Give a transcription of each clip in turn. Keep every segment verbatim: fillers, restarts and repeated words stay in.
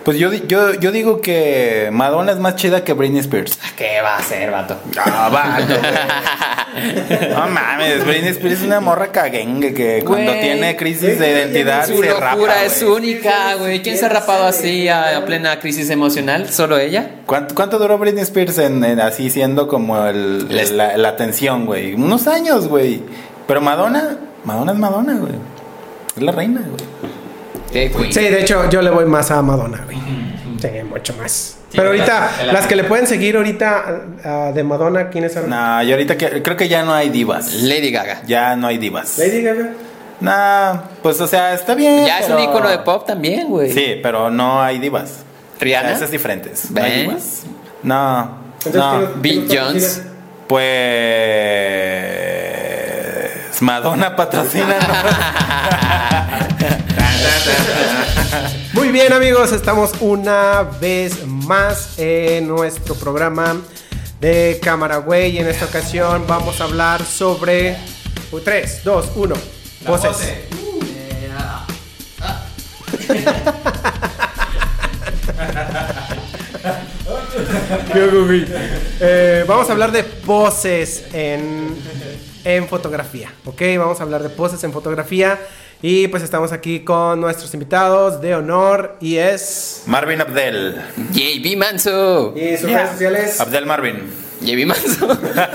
Pues yo, yo, yo digo que Madonna es más chida que Britney Spears. ¿Qué va a hacer, vato? No, vato. No mames, Britney Spears es una morra caguengue que cuando Güey, tiene crisis de identidad Su se rapa. locura es güey. única, güey. ¿Quién se ha rapado así a, a plena crisis emocional? ¿Solo ella? ¿Cuánto, cuánto duró Britney Spears en, en así siendo como el, Les- la, la atención, güey? Unos años, güey. Pero Madonna, Madonna es Madonna, güey. Es la reina, güey. ¿Qué, güey? Sí, de hecho, yo le voy más a Madonna, güey. Sí, mucho más. Pero ahorita, la- la- las que le pueden seguir ahorita ah, de Madonna, ¿quiénes son? Nah, y ahorita que, creo que ya no hay divas. Lady Gaga. Ya no hay divas. Lady Gaga. Nah, pues o sea, está bien. Ya es pero- un ícono de pop también, güey. Sí, pero no hay divas. Rihanna. Esas diferentes. No hay ¿Ven? divas. No. Entonces, no. ¿quién- Bill quién Jones. patrocina? Pues Madonna patrocina. Muy bien, amigos, estamos una vez más en nuestro programa de Cámara Güey. Y en esta ocasión vamos a hablar sobre tres, dos, uno. Voces. Eh, vamos a hablar de poses en, en fotografía, ¿ok? Vamos a hablar de poses en fotografía. Y pues estamos aquí con nuestros invitados de honor y es... Marvin Abdel. J B Manso. Y sus Yeah. redes sociales. Abdel Marvin. J B Manso.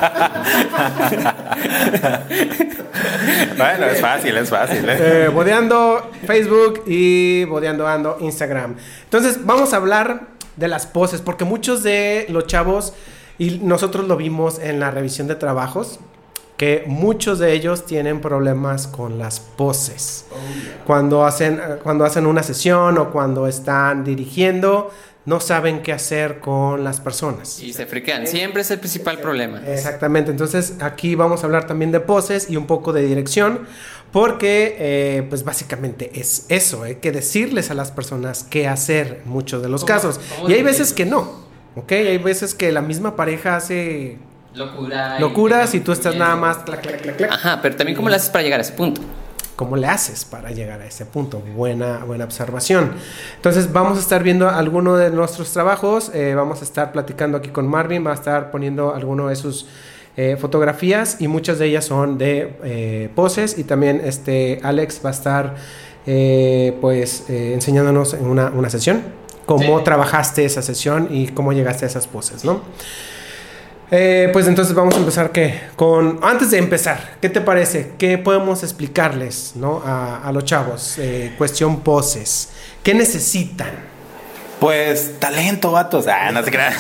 Bueno, es fácil, es fácil. ¿eh? Eh, Bodeando Facebook y Bodeando Ando Instagram. Entonces vamos a hablar de las poses, porque muchos de los chavos, y nosotros lo vimos en la revisión de trabajos, que muchos de ellos tienen problemas con las poses. Oh, yeah. Cuando hacen, cuando hacen una sesión o cuando están dirigiendo, no saben qué hacer con las personas. Y se friquean. Siempre es el principal problema. Exactamente. Entonces aquí vamos a hablar también de poses y un poco de dirección, porque eh, pues básicamente es eso, hay que decirles a las personas qué hacer en muchos de los ¿Cómo, casos. cómo Y hay decirles? veces que no, ¿ok? Hay veces que la misma pareja hace Locura. locuras y tú estás nada más clac, clac, clac, clac. Ajá, pero también cómo le haces para llegar a ese punto. ¿Cómo le haces para llegar a ese punto? Buena, buena observación. Entonces vamos a estar viendo algunos de nuestros trabajos. Eh, vamos a estar platicando aquí con Marvin. Va a estar poniendo alguno de sus eh, fotografías y muchas de ellas son de eh, poses. Y también este Alex va a estar eh, pues eh, enseñándonos en una, una sesión cómo Sí. trabajaste esa sesión y cómo llegaste a esas poses, ¿no? Eh, pues entonces vamos a empezar que con antes de empezar, ¿qué te parece? ¿Qué podemos explicarles, ¿no? a, a los chavos? Eh, cuestión poses. ¿Qué necesitan? Pues talento, vatos. Ah, no se crean.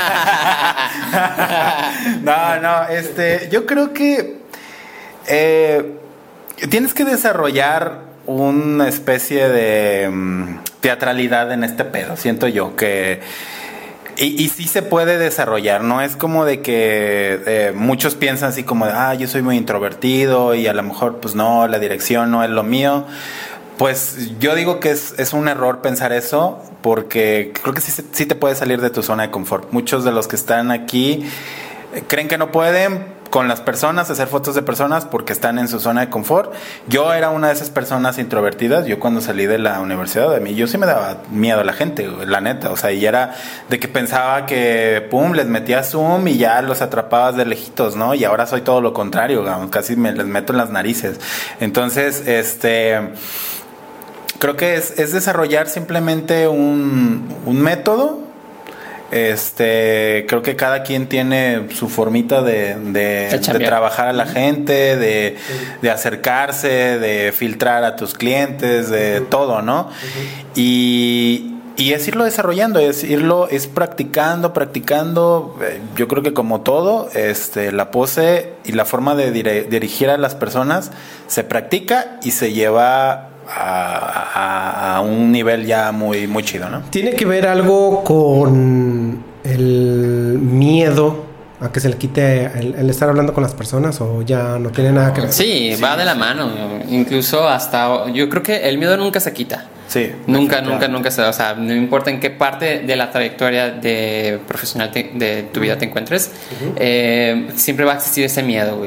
No, no, este, yo creo que eh, tienes que desarrollar una especie de um, teatralidad en este pedo, siento yo, que y, y sí se puede desarrollar, no es como de que eh, muchos piensan así como de, ah, yo soy muy introvertido y a lo mejor pues no, la dirección no es lo mío. Pues yo digo que es, es un error pensar eso, porque creo que sí, sí te puedes salir de tu zona de confort. Muchos de los que están aquí eh, creen que no pueden con las personas, hacer fotos de personas porque están en su zona de confort. Yo era una de esas personas introvertidas. Yo cuando salí de la universidad, de mí, yo sí me daba miedo a la gente, la neta. O sea, y era de que pensaba que, pum, les metía zoom y ya los atrapabas de lejitos, ¿no? Y ahora soy todo lo contrario, digamos, casi me les meto en las narices. Entonces, este... creo que es, es desarrollar simplemente un, un método. Este, creo que cada quien tiene su formita de, de, de trabajar a la gente, de, de acercarse, de filtrar a tus clientes, de todo, ¿no? Y, y es irlo desarrollando, es irlo, es practicando, practicando. Yo creo que como todo, este, la pose y la forma de dire, dirigir a las personas se practica y se lleva A, a, a un nivel ya muy, muy chido, ¿no? ¿Tiene que ver algo con el miedo a que se le quite el, el estar hablando con las personas, o ya no tiene nada que ver? Sí, va de la mano. Incluso hasta, yo creo que el miedo nunca se quita. Sí. Nunca, nunca, nunca se, o sea, no importa en qué parte de la trayectoria de profesional te, de tu vida te encuentres, uh-huh. eh, siempre va a existir ese miedo, güey.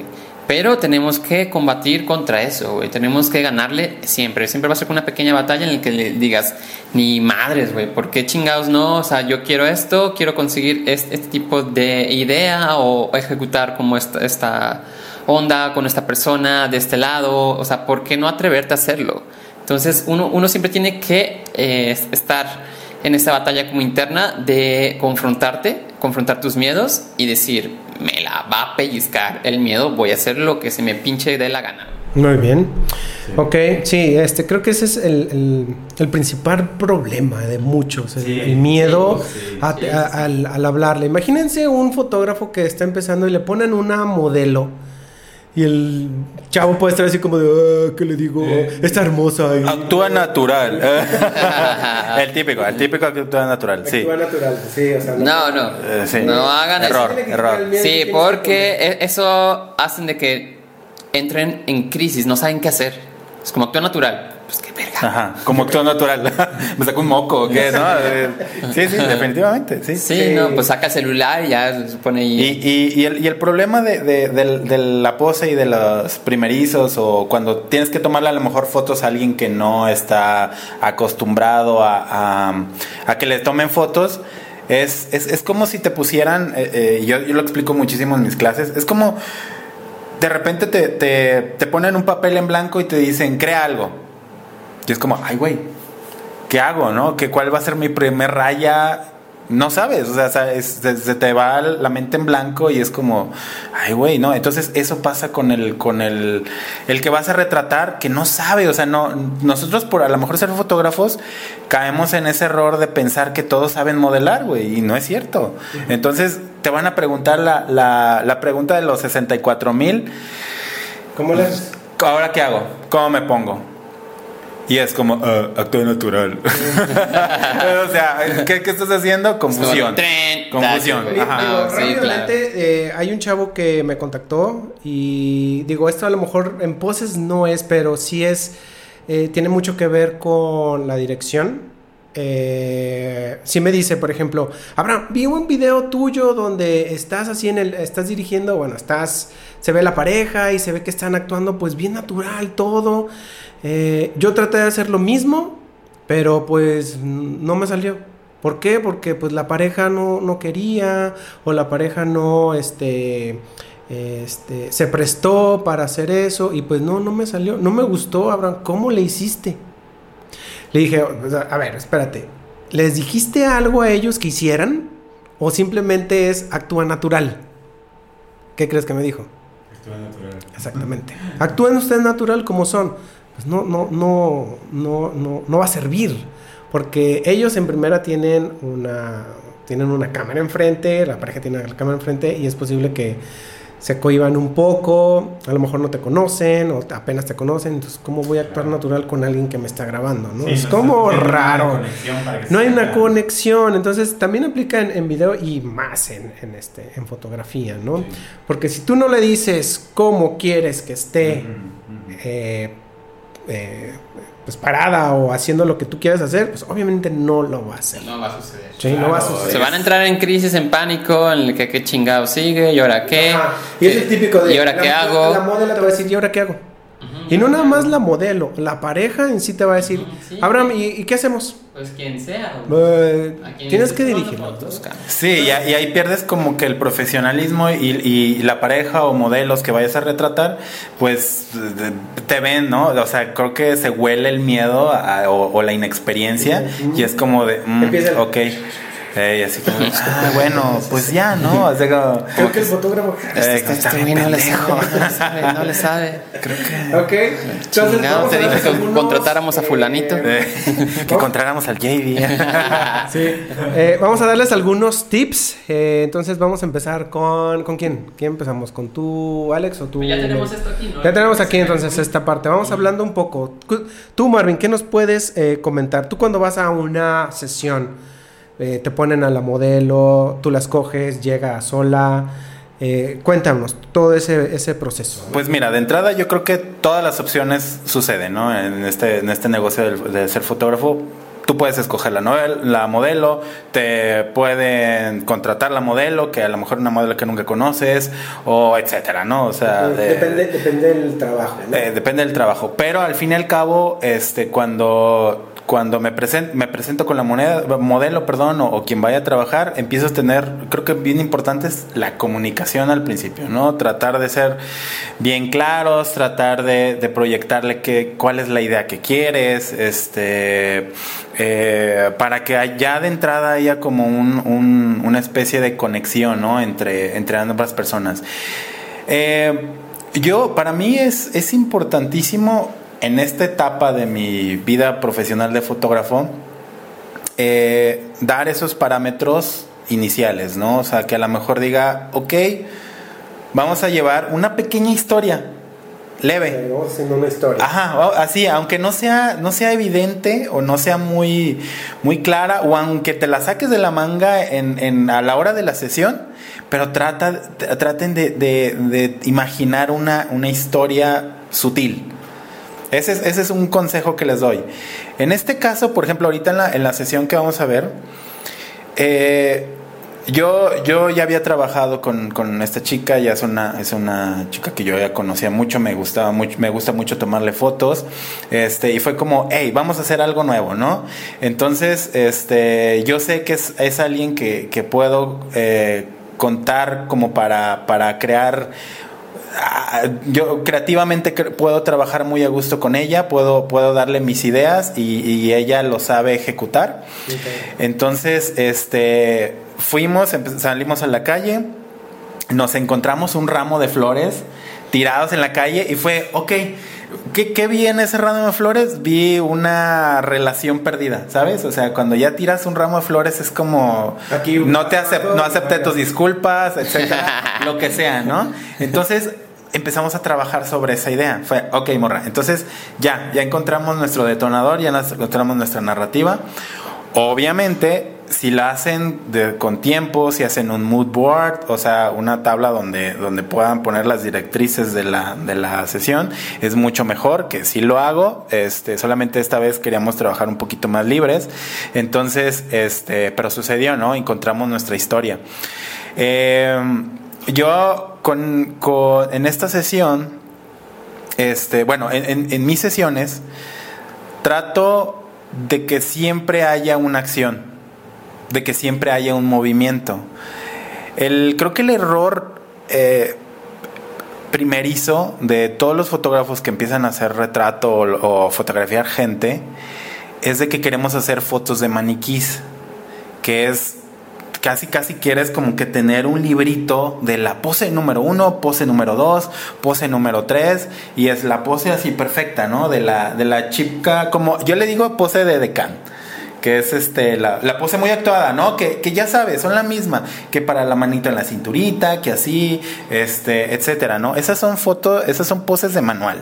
Pero tenemos que combatir contra eso, güey. Tenemos que ganarle siempre. Siempre va a ser una pequeña batalla en la que le digas, ni madres, güey, ¿por qué chingados no? O sea, yo quiero esto, quiero conseguir este, este tipo de idea o ejecutar como esta, esta onda con esta persona de este lado. O sea, ¿por qué no atreverte a hacerlo? Entonces, uno, uno siempre tiene que eh, estar en esta batalla como interna de confrontarte, confrontar tus miedos y decir, me la va a pellizcar el miedo, voy a hacer lo que se me pinche de la gana. Muy bien. Sí. Ok, sí, este, creo que ese es el, el, el principal problema de muchos, el, sí, el miedo sí, sí, a, sí, a, a, al, al hablarle. Imagínense un fotógrafo que está empezando y le ponen una modelo y el chavo puede estar así como de, ah, ¿qué le digo? Eh, está hermosa. Y... Actúa natural. el típico, el típico que actúa natural, sí. Actúa natural, sí, o sea. No, no, eh, sí. no hagan error, eso. Error, error. Sí, porque eso hacen de que entren en crisis, no saben qué hacer. Es como actúa natural. Pues qué verga. Ajá, como actúa natural. Me saca un moco, ¿o qué? ¿No? Sí, sí, definitivamente. Sí, sí, sí, no, pues saca el celular y ya se pone ahí. Y, y, y, el, y el problema de, de, de, de la pose y de los primerizos, o cuando tienes que tomarle a lo mejor fotos a alguien que no está acostumbrado a, a, a que le tomen fotos, es, es, es como si te pusieran, eh, eh, yo, yo lo explico muchísimo en mis clases, es como de repente te, te, te ponen un papel en blanco y te dicen, crea algo. Y es como, ay, güey, ¿qué hago, no? ¿Qué, ¿Cuál va a ser mi primer raya? No sabes, o sea, es, se, se te va la mente en blanco y es como, ay, güey, ¿no? Entonces eso pasa con el con el, el que vas a retratar, que no sabe, o sea, no, nosotros por a lo mejor ser fotógrafos caemos en ese error de pensar que todos saben modelar, güey, y no es cierto. Entonces te van a preguntar la, la, la pregunta de los sesenta y cuatro mil. ¿Cómo les...? ¿Ahora qué hago? ¿Cómo me pongo? Y es como, uh, actúa natural. O sea, ¿qué, ¿qué estás haciendo? Confusión. Confusión. Digo, Ajá. Sí, rápidamente, claro. eh, hay un chavo que me contactó y digo, esto a lo mejor en poses no es, pero sí es, eh, tiene mucho que ver con la dirección. Eh, sí me dice, por ejemplo, Abraham, vi un video tuyo donde estás así en el, estás dirigiendo, bueno, estás, se ve la pareja y se ve que están actuando pues bien natural todo. Eh, yo traté de hacer lo mismo, pero pues no me salió. ¿Por qué? Porque pues la pareja no, no quería, o la pareja no este, este, se prestó para hacer eso, y pues no, no me salió, no me gustó. Abraham, ¿cómo le hiciste? Le dije, a ver, espérate, ¿les dijiste algo a ellos que hicieran? ¿O simplemente es actúa natural? ¿Qué crees que me dijo? Actúa natural. Exactamente. Actúen ustedes natural como son. Pues no, no, no, no, no, no va a servir. Porque ellos en primera tienen una, tienen una cámara enfrente, la pareja tiene la cámara enfrente y es posible que se cohiban un poco, a lo mejor no te conocen o apenas te conocen, entonces ¿cómo voy a actuar claro. natural con alguien que me está grabando? ¿No? Sí, es no como no raro. No hay una conexión, entonces también aplica en, en video y más en, en, este, en fotografía, ¿no? Sí. Porque si tú no le dices cómo quieres que esté uh-huh, uh-huh. Eh, eh, pues parada o haciendo lo que tú quieras hacer, pues obviamente no lo va a hacer. No va a suceder. Sí, claro, no va a suceder. Se van a entrar en crisis, en pánico, en el que qué chingado sigue, y ahora qué. Ajá. Y es el típico de, ¿y ahora la, qué la, hago? La modelo te va a decir, ¿y ahora qué hago? Uh-huh. Y no nada más la modelo, la pareja en sí te va a decir, uh-huh, sí. Abraham, ¿y, ¿y qué hacemos? Pues quien sea. Uh, tienes que dirigirlo. Sí, y, y ahí pierdes como que el profesionalismo y, y la pareja o modelos que vayas a retratar, pues te ven, ¿no? O sea, creo que se huele el miedo a, o, o la inexperiencia uh-huh. y es como de, mm, ok. Eh, y así como, ah, bueno, pues ya, ¿no? O sea, como, creo que el fotógrafo eh, está, está bien no le sabe, no le sabe, no le sabe. Creo que. Ok. Entonces, chingado, te dije que algunos, contratáramos a fulanito. Eh, que contratáramos al J V. Sí. Eh, vamos a darles algunos tips. Eh, entonces vamos a empezar con. ¿Con quién? ¿Quién empezamos? ¿Con tú, Alex, o tú? Ya tenemos esto aquí, ¿no? Ya tenemos aquí entonces esta parte. Vamos hablando un poco. Tú, Marvin, ¿qué nos puedes eh, comentar? Tú cuando vas a una sesión. Eh, te ponen a la modelo, tú la escoges, llega sola. Eh, cuéntanos todo ese, ese proceso, ¿no? Pues mira, de entrada yo creo que todas las opciones suceden, ¿no? En este, en este negocio de, de ser fotógrafo, Tú puedes escoger la, novel, la modelo, te pueden contratar la modelo, que a lo mejor es una modelo que nunca conoces, o etcétera, ¿no? O sea, depende, eh, depende del trabajo, ¿no? Eh, depende del trabajo. Pero al fin y al cabo, este, cuando, cuando me, present, me presento con la moneda, modelo, perdón, o, o quien vaya a trabajar, empiezo a tener, creo que bien importante es la comunicación al principio, ¿no? Tratar de ser bien claros, tratar de, de proyectarle que, cuál es la idea que quieres, este... Eh, para que ya de entrada haya como un, un, una especie de conexión, ¿no? entre, entre ambas personas. Eh, yo, para mí es, es importantísimo en esta etapa de mi vida profesional de fotógrafo eh, dar esos parámetros iniciales, ¿no? O sea, que a lo mejor diga, ok, vamos a llevar una pequeña historia leve. Vamos haciendo una historia. Ajá, así, aunque no sea, no sea evidente o no sea muy, muy clara, o aunque te la saques de la manga en, en, a la hora de la sesión, pero trata, traten de, de, de imaginar una, una historia sutil. Ese es, ese es un consejo que les doy. En este caso, por ejemplo, ahorita en la, en la sesión que vamos a ver, eh, Yo, yo ya había trabajado con, con esta chica, ya es una, es una chica que yo ya conocía mucho, me gustaba mucho, me gusta mucho tomarle fotos, este, y fue como, hey, vamos a hacer algo nuevo, ¿no? Entonces, este, yo sé que es, es alguien que, que puedo eh, contar como para, para crear. Yo creativamente puedo trabajar muy a gusto con ella, puedo, puedo darle mis ideas y, y ella lo sabe ejecutar. Okay. Entonces, este, fuimos, salimos a la calle, nos encontramos un ramo de flores tirados en la calle y fue, ok, ¿qué, qué vi en ese ramo de flores? Vi una relación perdida, ¿sabes? O sea, cuando ya tiras un ramo de flores es como, aquí, no te acep- no acepté tus disculpas, etcétera, lo que sea, ¿no? Entonces empezamos a trabajar sobre esa idea. Fue, ok, morra, entonces ya, ya encontramos nuestro detonador, ya encontramos nuestra narrativa. Obviamente, si la hacen de, con tiempo, si hacen un mood board, o sea, una tabla donde, donde puedan poner las directrices de la, de la sesión, es mucho mejor que si lo hago. Este, solamente esta vez queríamos trabajar un poquito más libres. Entonces, este, pero sucedió, ¿no? Encontramos nuestra historia. Eh, yo con, con en esta sesión, este, bueno, en, en, en mis sesiones trato de que siempre haya una acción, de que siempre haya un movimiento. El, creo que el error eh, primerizo de todos los fotógrafos que empiezan a hacer retrato o, o fotografiar gente es de que queremos hacer fotos de maniquís, que es casi casi quieres como que tener un librito de la pose número uno, pose número dos, pose número tres, y es la pose así perfecta, ¿no? De la, de la chica, como yo le digo, pose de decán, que es este la, la pose muy actuada, ¿no? Que, que ya sabes, son la misma, que para la manito en la cinturita, que así, este, etcétera, ¿no? Esas son fotos, esas son poses de manual.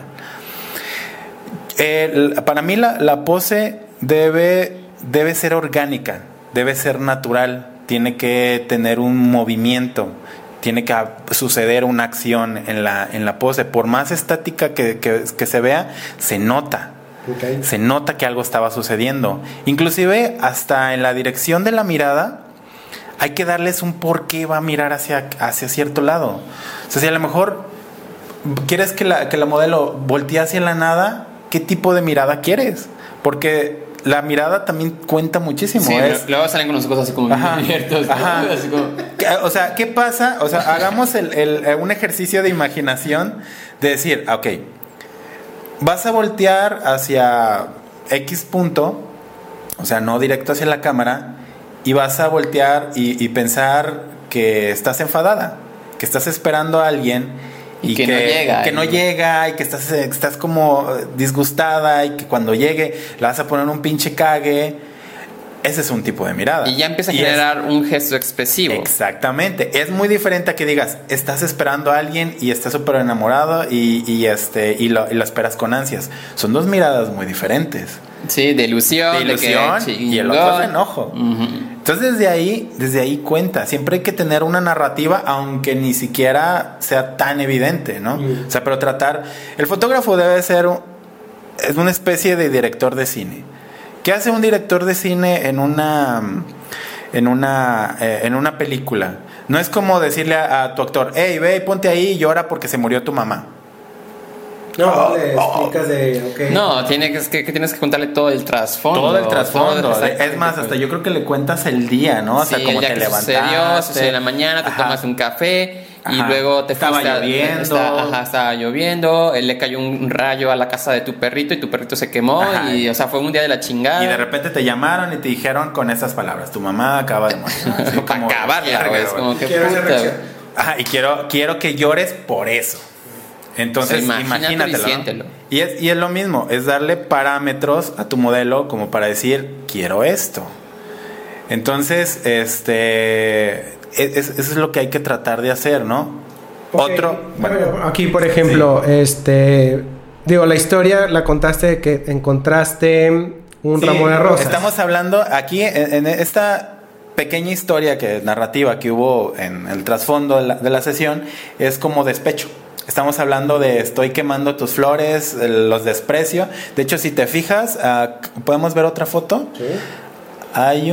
Eh, para mí la, la pose debe, debe ser orgánica, debe ser natural. Tiene que tener un movimiento, tiene que suceder una acción en la, en la pose. Por más estática que, que, que se vea, se nota. Okay. Se nota que algo estaba sucediendo. Inclusive hasta en la dirección de la mirada hay que darles un por qué va a mirar hacia, hacia cierto lado. O sea, si a lo mejor quieres que la, que la modelo voltee hacia la nada, ¿qué tipo de mirada quieres? Porque la mirada también cuenta muchísimo. Sí, es... luego salen con los ojos así como ajá, abiertos. Ajá. ¿No? Así como... O sea, ¿qué pasa? O sea, hagamos el, el, un ejercicio de imaginación de decir, ok, vas a voltear hacia X punto, o sea, no directo hacia la cámara, y vas a voltear y, y pensar que estás enfadada, que estás esperando a alguien y, y que, que no llega, que no llega y que estás, estás como disgustada y que cuando llegue le vas a poner un pinche cague. Ese es un tipo de mirada. Y ya empieza a y generar es, un gesto expresivo. Exactamente. Es muy diferente a que digas, estás esperando a alguien y estás súper enamorado y, y, este, y, lo, y lo esperas con ansias. Son dos miradas muy diferentes. Sí, de ilusión. De ilusión de que, y el otro es enojo. Uh-huh. Entonces desde ahí, desde ahí cuenta. Siempre hay que tener una narrativa, aunque ni siquiera sea tan evidente, ¿no? Uh-huh. O sea, pero tratar... El fotógrafo debe ser... Es una especie de director de cine. ¿Qué hace un director de cine en una en una eh, en una película? No es como decirle a, a tu actor, hey, ve, ponte ahí y llora porque se murió tu mamá. No, Oh, le oh. explicas de, ok. No, tiene que, que, que tienes que contarle todo el trasfondo. Todo el trasfondo. todo el- Es más, hasta yo creo que le cuentas el día, ¿no? O sea, Sí, como el día te que sucedió, levantaste. sucedió en la mañana, te Ajá. tomas un café y Ajá. luego te Estaba fuiste a- lloviendo. está- ajá, estaba lloviendo, él le cayó un rayo a la casa de tu perrito y tu perrito se quemó Ajá. y, o sea, fue un día de la chingada. Y de repente te llamaron y te dijeron con esas palabras, tu mamá acaba de morir. Así Para como, acabarla, verga, güey, es güey. como que Quiero esa puta, reacción. güey. Ajá, y quiero, quiero que llores por eso. Entonces, O sea, imagínatelo y imagínatelo. ¿no? siéntelo. Y es, y es lo mismo, es darle parámetros a tu modelo como para decir, quiero esto. Entonces, este, es- es- eso es lo que hay que tratar de hacer, ¿no? Ok, Otro, bueno, bueno, aquí por ejemplo, este, digo, la historia la contaste de que encontraste un sí, ramo de rosas. estamos hablando aquí en, en esta pequeña historia que narrativa que hubo en el trasfondo de la, de la sesión es como despecho. Estamos hablando de estoy quemando tus flores, el- los desprecio. De hecho, si te fijas, ah, ¿podemos ver otra foto? Sí. Hay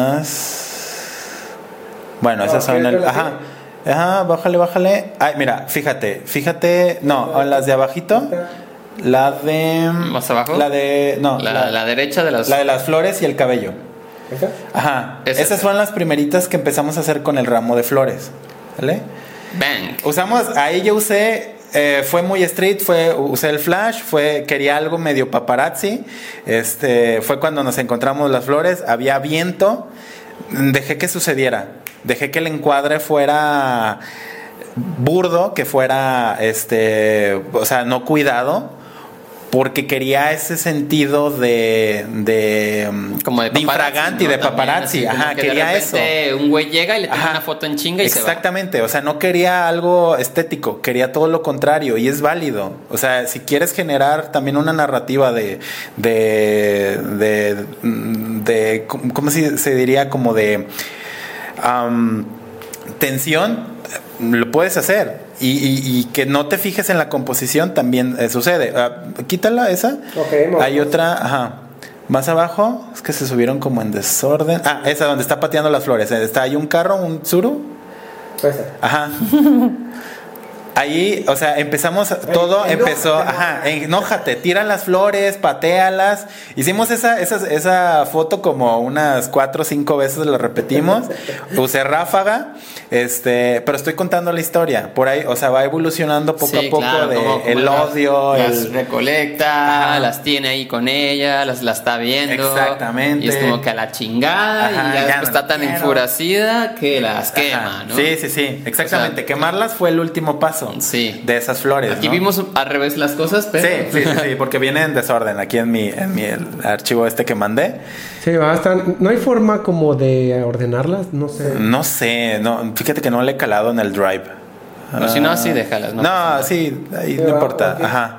unas... Bueno, esas Ah, son... el- ¿quieres Ajá, ajá, bájale, bájale. Ay, mira, fíjate, fíjate... No, las de abajito. La de... ¿Más abajo? La de... No, La, la, la derecha de las... la de las flores y el cabello. ¿Esta? Ajá. Esa. Esas fueron las primeritas que empezamos a hacer con el ramo de flores. ¿Vale? Bang. Usamos, ahí yo usé, eh, fue muy street, fue, usé el flash, fue, quería algo medio paparazzi. Este, fue cuando nos encontramos las flores, había viento, dejé que sucediera, dejé que el encuadre fuera burdo, que fuera, este, o sea, no cuidado. Porque quería ese sentido de de, Como de, de infragante y ¿no? de También, paparazzi. así como Ajá, que de quería eso. repente un güey llega y le toma Ajá. una foto en chinga y Exactamente, o sea, no quería algo estético, quería todo lo contrario y es válido. O sea, si quieres generar también una narrativa de de de, de ¿cómo se, se diría? Como de um, tensión, lo puedes hacer. Y, y, y que no te fijes en la composición también eh, sucede. Uh, quítala esa. Ok, vamos. Hay otra, ajá. Más abajo, es que se subieron como en desorden. Ah, esa donde está pateando las flores. Está ahí un carro, un Tsuru. Esta. Ajá. Ahí, o sea, empezamos, todo enójate, empezó, enójate. ajá, enójate, tira las flores, patealas. Hicimos esa, esa, esa foto como unas cuatro o cinco veces, lo repetimos. Usé ráfaga, este, pero estoy contando la historia. Por ahí, o sea, va evolucionando poco Sí, a poco claro, de como- como el las- odio, las el recolecta, Ajá. las tiene ahí con ella, las, las está viendo. Exactamente. Y es como que a la chingada Ajá, y ya ya después no está tan quiero. enfurecida que las Ajá. quema, ¿no? Sí, sí, sí, exactamente. O sea, Quemarlas fue el último paso Sí. de esas flores. Aquí ¿no? vimos al revés las cosas, pero... Sí, sí, sí, sí, porque viene en desorden aquí en mi, en mi el archivo este que mandé. Sí, bastante. No hay forma como de ordenarlas, no sé. No sé, no, fíjate que no le he calado en el drive. Pero si no, sí, déjalas, no No, pasa nada. sí, ahí Sí, no va, importa. ok. Ajá.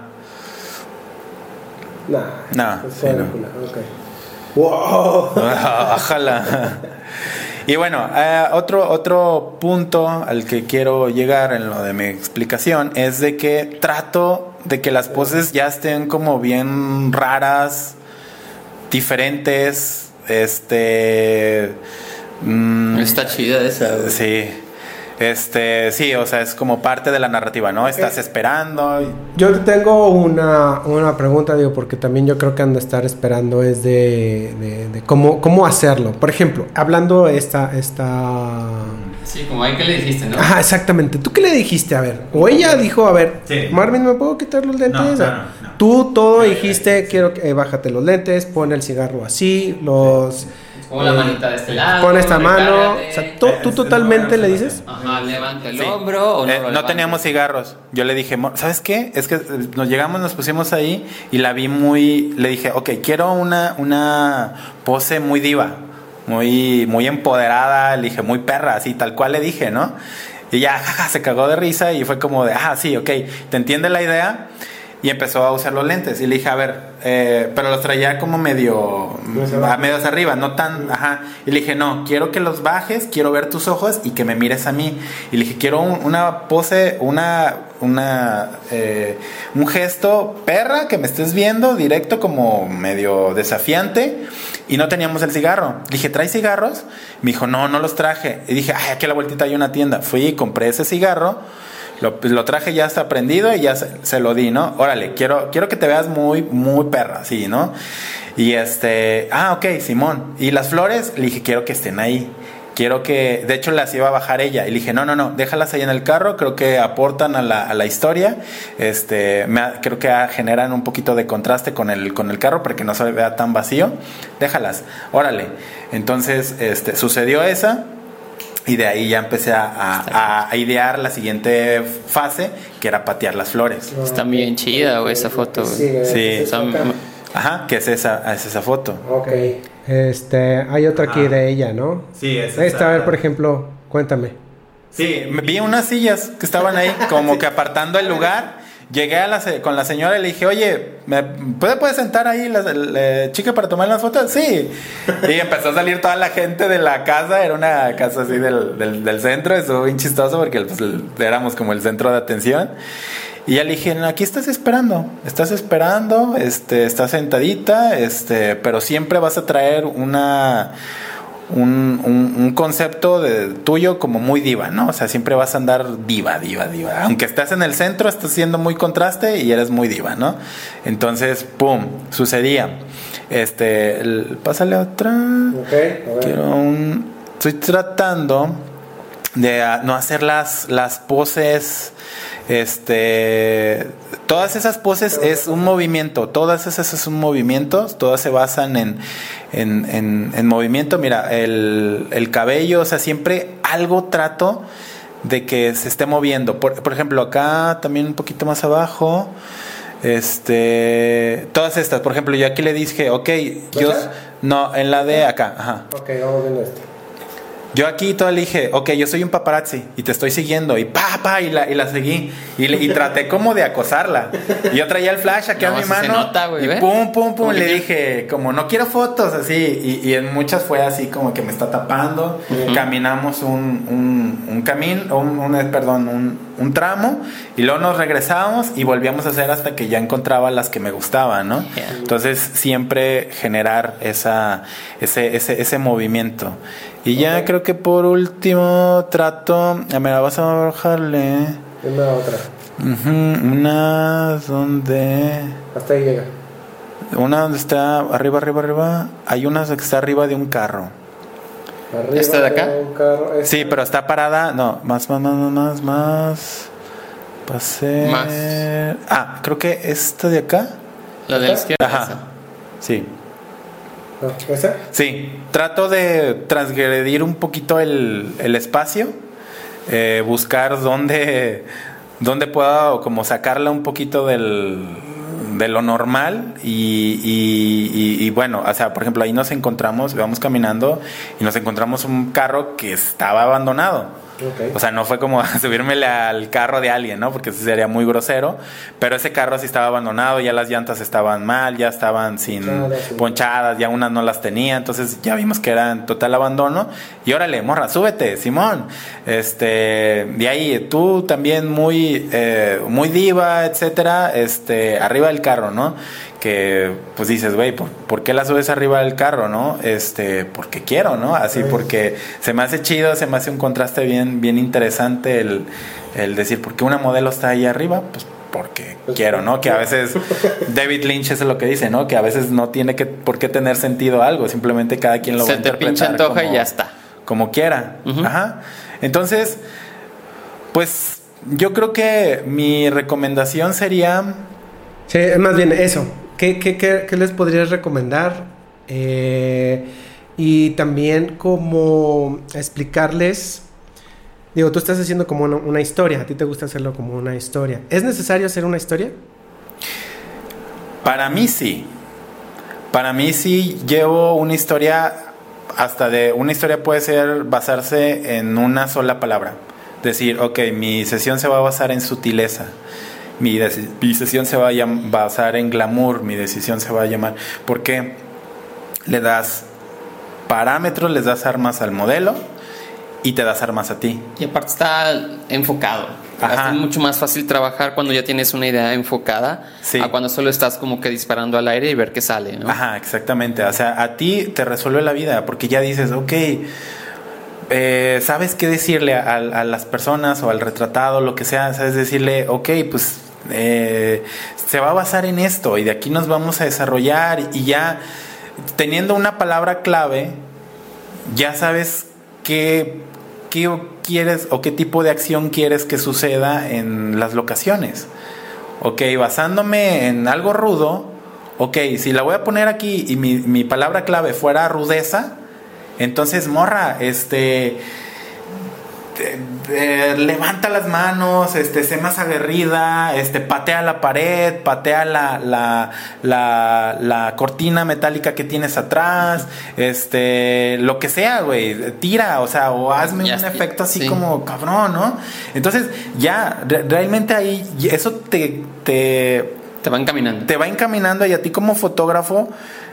Nah. No, Es sí, toda no. película, ok. Wow. Ojalá. Y bueno, eh, otro, otro punto al que quiero llegar en lo de mi explicación es de que trato de que las poses ya estén como bien raras, diferentes, este... mm, Está chida esa, güey. sí, este, sí, o sea, es como parte de la narrativa, ¿no? Estás esperando. y- Yo te tengo una, una pregunta, digo, porque también yo creo que han de estar esperando es de, de, de cómo, cómo hacerlo. Por ejemplo, hablando esta, esta... Sí, como ahí que le dijiste, ¿no? Ajá, exactamente. ¿Tú qué le dijiste? A ver, o ella dijo, a ver, Sí. Marvin, ¿me puedo quitar los lentes? No, no, Ah, no. Tú todo No, dijiste, quiero que eh, bájate los lentes, pon el cigarro así, los... Pon la eh, manita de este lado. Pon esta mano. recárgate. O sea, to- tú Eh, totalmente no, le no, dices. Ajá, levanta el Sí. hombro o no Eh, lo no levanta. teníamos cigarros. Yo le dije, "Mo- ¿sabes qué? Es que eh, nos llegamos, nos pusimos ahí y la vi muy... Le dije, ok, quiero una, una pose muy diva, muy, muy empoderada. Le dije, muy perra, así, tal cual le dije, ¿no? Y ya jaja, se cagó de risa y fue como de, ah, sí, ok, ¿te entiende la idea? y empezó a usar los lentes. Y le dije, a ver, eh, pero los traía como medio, a medio hacia arriba, no tan, ajá. Y le dije, no, quiero que los bajes, quiero ver tus ojos y que me mires a mí. Y le dije, quiero un, una pose, una, una, eh, un gesto perra, que me estés viendo directo, como medio desafiante. Y no teníamos el cigarro. Le dije, ¿traes cigarros? Me dijo, no, no los traje. Y dije, ay, aquí a la vueltita hay una tienda. Fui y compré ese cigarro. Lo, lo traje, ya está prendido y ya se, se lo di, ¿no? Órale, quiero, quiero que te veas muy, muy perra, sí, ¿no? Y este, ah, ok, Simón. Y las flores, le dije, quiero que estén ahí. Quiero que, de hecho las iba a bajar ella. Y le dije, no, no, no, déjalas ahí en el carro. Creo que aportan a la, a la historia. Este, me, creo que generan un poquito de contraste con el, con el carro para que no se vea tan vacío. Déjalas, órale. Entonces, este, sucedió esa. Y de ahí ya empecé a, a, a idear la siguiente fase, que era patear las flores. Está bien chida, güey, esa foto. Güey. Sí, sí. Son, ajá, que es esa, es esa foto. Ok. Este, hay otra aquí ah. de ella, ¿no? Sí, es esta. Esta, a ver, por ejemplo, cuéntame. Sí, vi unas sillas que estaban ahí, como que apartando el lugar. Llegué a la, con la señora y le dije, oye, ¿me puede, puede sentar ahí la, la chica para tomar las fotos? Sí. Y empezó a salir toda la gente de la casa. Era una casa así del, del, del centro. Estuvo bien chistoso porque pues, éramos como el centro de atención. Y ya le dije, aquí estás esperando, estás esperando, este, estás sentadita, este, pero siempre vas a traer una... Un, un, un concepto de, tuyo como muy diva, ¿no? O sea, siempre vas a andar diva, diva, diva. Aunque estés en el centro, estás siendo muy contraste y eres muy diva, ¿no? Entonces, pum, sucedía. Este, el, pásale otra. Okay, Quiero un... Estoy tratando de uh, no hacer las, las poses... Este, todas esas poses es un movimiento, todas esas es un movimiento, todas se basan en, en, en, en movimiento. Mira, el, el cabello, o sea, siempre algo trato de que se esté moviendo. Por, por ejemplo, acá también un poquito más abajo, este, todas estas, por ejemplo, yo aquí le dije, ok, yo, no, en la de acá, ajá. Ok, vamos viendo esto. Yo aquí todo le dije, ok, yo soy un paparazzi y te estoy siguiendo. Y pa, pa, y la, y la seguí. Y, le, y traté como de acosarla. Y yo traía el flash aquí no, a mi mano. Se nota, güey, y ¿ve? pum, pum, pum. Le dije, como no quiero fotos, así. Y, y en muchas fue así como que me está tapando. Uh-huh. Caminamos un, un, un camino, un, un, perdón, un, un tramo. Y luego nos regresamos y volvíamos a hacer hasta que ya encontraba las que me gustaban, ¿no? Yeah. Entonces siempre generar esa, ese, ese, ese movimiento. Y ya okay. Creo que por último trato, me la vas a bajarle. Una otra. Uh-huh, una donde... Hasta ahí llega. Una donde está arriba, arriba, arriba. Hay una que está arriba de un carro. Arriba ¿Esta de acá? De un carro, esta. Sí, pero está parada. No, más, más, más, más, más. Pasé. Más. Ah, creo que esta de acá. La de la izquierda. Ajá. Esa. Sí. ¿Esa? Sí, trato de transgredir un poquito el, el espacio, eh, buscar dónde, dónde puedo como sacarla un poquito del, de lo normal y, y, y, y bueno, o sea, por ejemplo, ahí nos encontramos, vamos caminando y nos encontramos un carro que estaba abandonado. Okay. O sea, no fue como subirme al carro de alguien, ¿no? Porque eso sería muy grosero. Pero ese carro sí estaba abandonado, ya las llantas estaban mal, ya estaban sin ponchadas, sí. ponchadas, ya unas no las tenía. Entonces ya vimos que era en total abandono. Y órale, morra, súbete, Simón. Este, de ahí, tú también muy, eh, muy diva, etcétera. Este, arriba del carro, ¿no? Que pues dices, güey, ¿por, ¿por qué la subes arriba del carro, no? Este, porque quiero, ¿no? Así, porque se me hace chido, se me hace un contraste bien, bien interesante el, el decir, ¿por qué una modelo está ahí arriba? Pues porque pues quiero, ¿no? Que a veces David Lynch es lo que dice, ¿no? Que a veces no tiene que por qué tener sentido algo, simplemente cada quien lo se va a interpretar. Se te pinche antoja como, y ya está. Como quiera. Uh-huh. Ajá. Entonces, pues yo creo que mi recomendación sería... Sí, más bien eso. ¿Qué, qué, qué, qué les podrías recomendar? Eh, y también como explicarles, digo, tú estás haciendo como una, una historia, a ti te gusta hacerlo como una historia. ¿Es necesario hacer una historia? Para mí sí. Para mí sí llevo una historia, hasta de una historia puede ser basarse en una sola palabra. Decir, ok, mi sesión se va a basar en sutileza. mi, deci- mi sesión se va a llam- basar en glamour, mi decisión se va a llamar, porque le das parámetros, les das armas al modelo y te das armas a ti. Y aparte está enfocado. Ajá. Es mucho más fácil trabajar cuando ya tienes una idea enfocada, Sí. a cuando solo estás como que disparando al aire y ver qué sale, ¿no? Ajá, exactamente. O sea, a ti te resuelve la vida porque ya dices, ok, eh, sabes qué decirle a, a las personas o al retratado, lo que sea, sabes decirle, ok, pues eh, se va a basar en esto y de aquí nos vamos a desarrollar y ya teniendo una palabra clave, ya sabes qué, qué quieres o qué tipo de acción quieres que suceda en las locaciones. Ok, basándome en algo rudo, ok, si la voy a poner aquí y mi, mi palabra clave fuera rudeza, entonces, morra, este, te- te- levanta las manos, este, sé más aguerrida, este, patea la pared, patea la, la, la, la cortina metálica que tienes atrás, este, lo que sea, güey, tira, o sea, o hazme Ya un está, efecto así sí. como cabrón, ¿no? Entonces, ya, re- realmente ahí, eso te, te, Te van caminando. te va encaminando y a ti como fotógrafo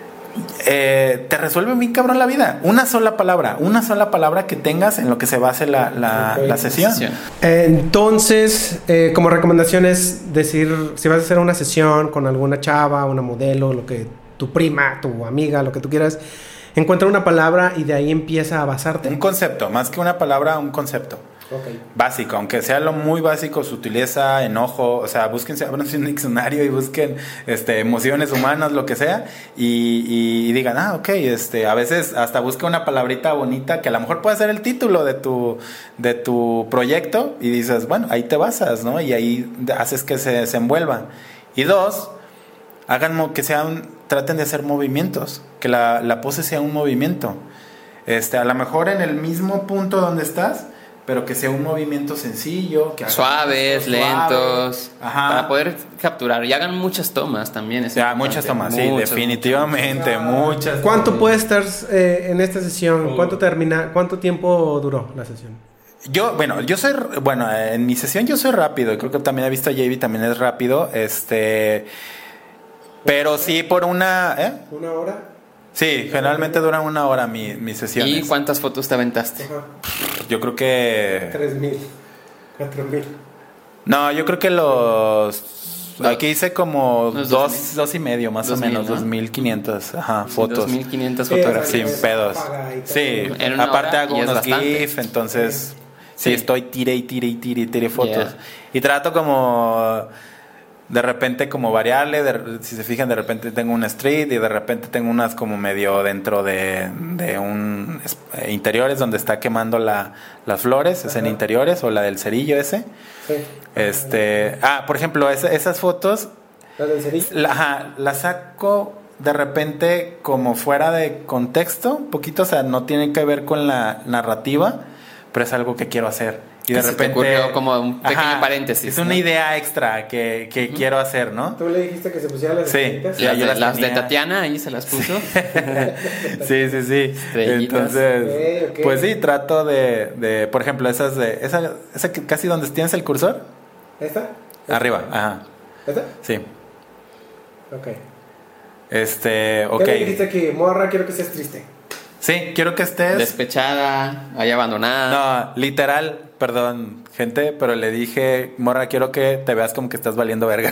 eh, te resuelve bien cabrón la vida. Una sola palabra, una sola palabra que tengas en lo que se base la, la, Ok. la sesión. Sesión. Entonces, eh, como recomendación es decir, si vas a hacer una sesión con alguna chava, una modelo, lo que tu prima, tu amiga, lo que tú quieras, encuentra una palabra y de ahí empieza a basarte. Un concepto, más que una palabra, un concepto. Okay. Básico, aunque sea lo muy básico, sutileza, enojo, o sea, búsquense, ábranse un diccionario y busquen este, emociones humanas, lo que sea, y, y, y digan, ah, ok, este, a veces hasta busca una palabrita bonita que a lo mejor puede ser el título de tu, de tu proyecto, y dices, bueno, ahí te basas, ¿no? Y ahí haces que se, se envuelva. Y dos, hagan mo- que sean, traten de hacer movimientos, que la, la pose sea un movimiento. Este, a lo mejor en el mismo punto donde estás, pero que sea un movimiento sencillo, que hagan Suaves, suave. lentos, Ajá. para poder capturar. Y hagan muchas tomas también. es Ya, importante. muchas tomas, sí, Muchas, definitivamente, muchas. ¿Cuánto puede estar eh, en esta sesión? ¿Cuánto termina? ¿Cuánto tiempo duró la sesión? Yo, bueno, yo soy, bueno, en mi sesión yo soy rápido, y creo que también he visto a J B, también es rápido, este, pero sí por una, ¿eh? ¿Una hora? Sí, generalmente duran una hora mi, mis sesiones. ¿Y cuántas fotos te aventaste? Ajá. Yo creo que... Tres mil, cuatro mil. No, yo creo que los... No. Aquí hice como Unos dos, dos mil. dos y medio, más Dos o mil, menos, ¿no? dos mil quinientas, ajá, fotos. dos mil quinientas Sí, fotografías. Sin o sea, pedos. apaga y todo. Sí, En una aparte hora hago y es unos bastante. GIF, entonces sí, Sí. estoy tire y tire y tire y tire fotos. Yeah. Y trato como de repente como variarle, de- si se fijan, de repente tengo una street y de repente tengo unas como medio dentro de, de un es- eh, interiores donde está quemando la, las flores, es en Ajá. interiores, o la del cerillo ese. Sí. Este, ah, por ejemplo, esa- esas fotos ¿La del cerillo? la, ajá, la saco de repente como fuera de contexto, un poquito, o sea, no tiene que ver con la narrativa, pero es algo que quiero hacer. Y de Se te repente... ocurrió como un pequeño paréntesis, Es una ¿no? idea extra que, que quiero hacer, ¿no? ¿Tú le dijiste que se pusiera las Sí. estrellitas? Ya, Las, yo de, las las de tenía. Tatiana ahí se las puso. Sí, sí, sí. Estrellitas. Entonces, Ok, ok. pues sí, trato de, de, por ejemplo, esas de... Esa, esa que casi donde tienes el cursor. ¿Esta? Arriba, ajá. ¿Esta? Sí. Ok. Este, ok. ¿Qué le dijiste aquí? Morra, quiero que seas triste. Sí, quiero que estés... Despechada, ahí abandonada. No, literal, perdón, gente, pero le dije, morra, quiero que te veas como que estás valiendo verga.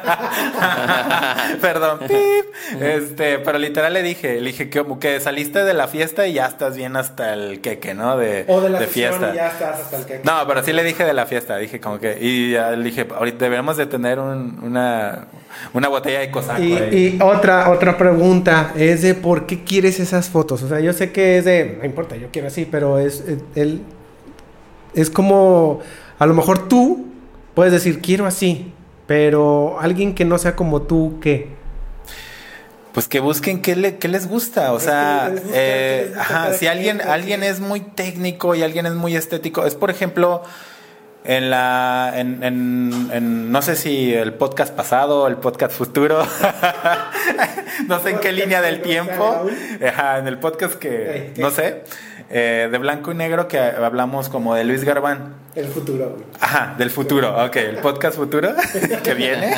Perdón, pip. Este, pero literal le dije, le dije que como que saliste de la fiesta y ya estás bien hasta el queque, ¿no? De, O de la de sesión fiesta. y ya estás hasta el que... No, pero sí le dije de la fiesta, dije como que, y ya le dije, ahorita deberíamos de tener un- una, una botella de cosaco Y, ahí. y otra otra pregunta es de por qué quieres esas fotos. O sea, yo sé que es de, no importa, yo quiero así, pero es eh, él es como a lo mejor tú puedes decir quiero así, pero alguien que no sea como tú, ¿qué? Pues que busquen qué, le, qué les gusta, o Es sea, que les gusta, eh, qué les gusta ajá, cada si alguien, quien, alguien sí. es muy técnico y alguien es muy estético, es por ejemplo, en la, en, en, en- no sé si el podcast pasado, el podcast futuro, no sé en qué Podcast línea del que no tiempo, sea ajá, en el podcast que, Ey, ¿qué? no sé, eh, de blanco y negro que hablamos como de Luis Garbán. El futuro. Güey. Ajá, del futuro, ok, el podcast futuro que viene.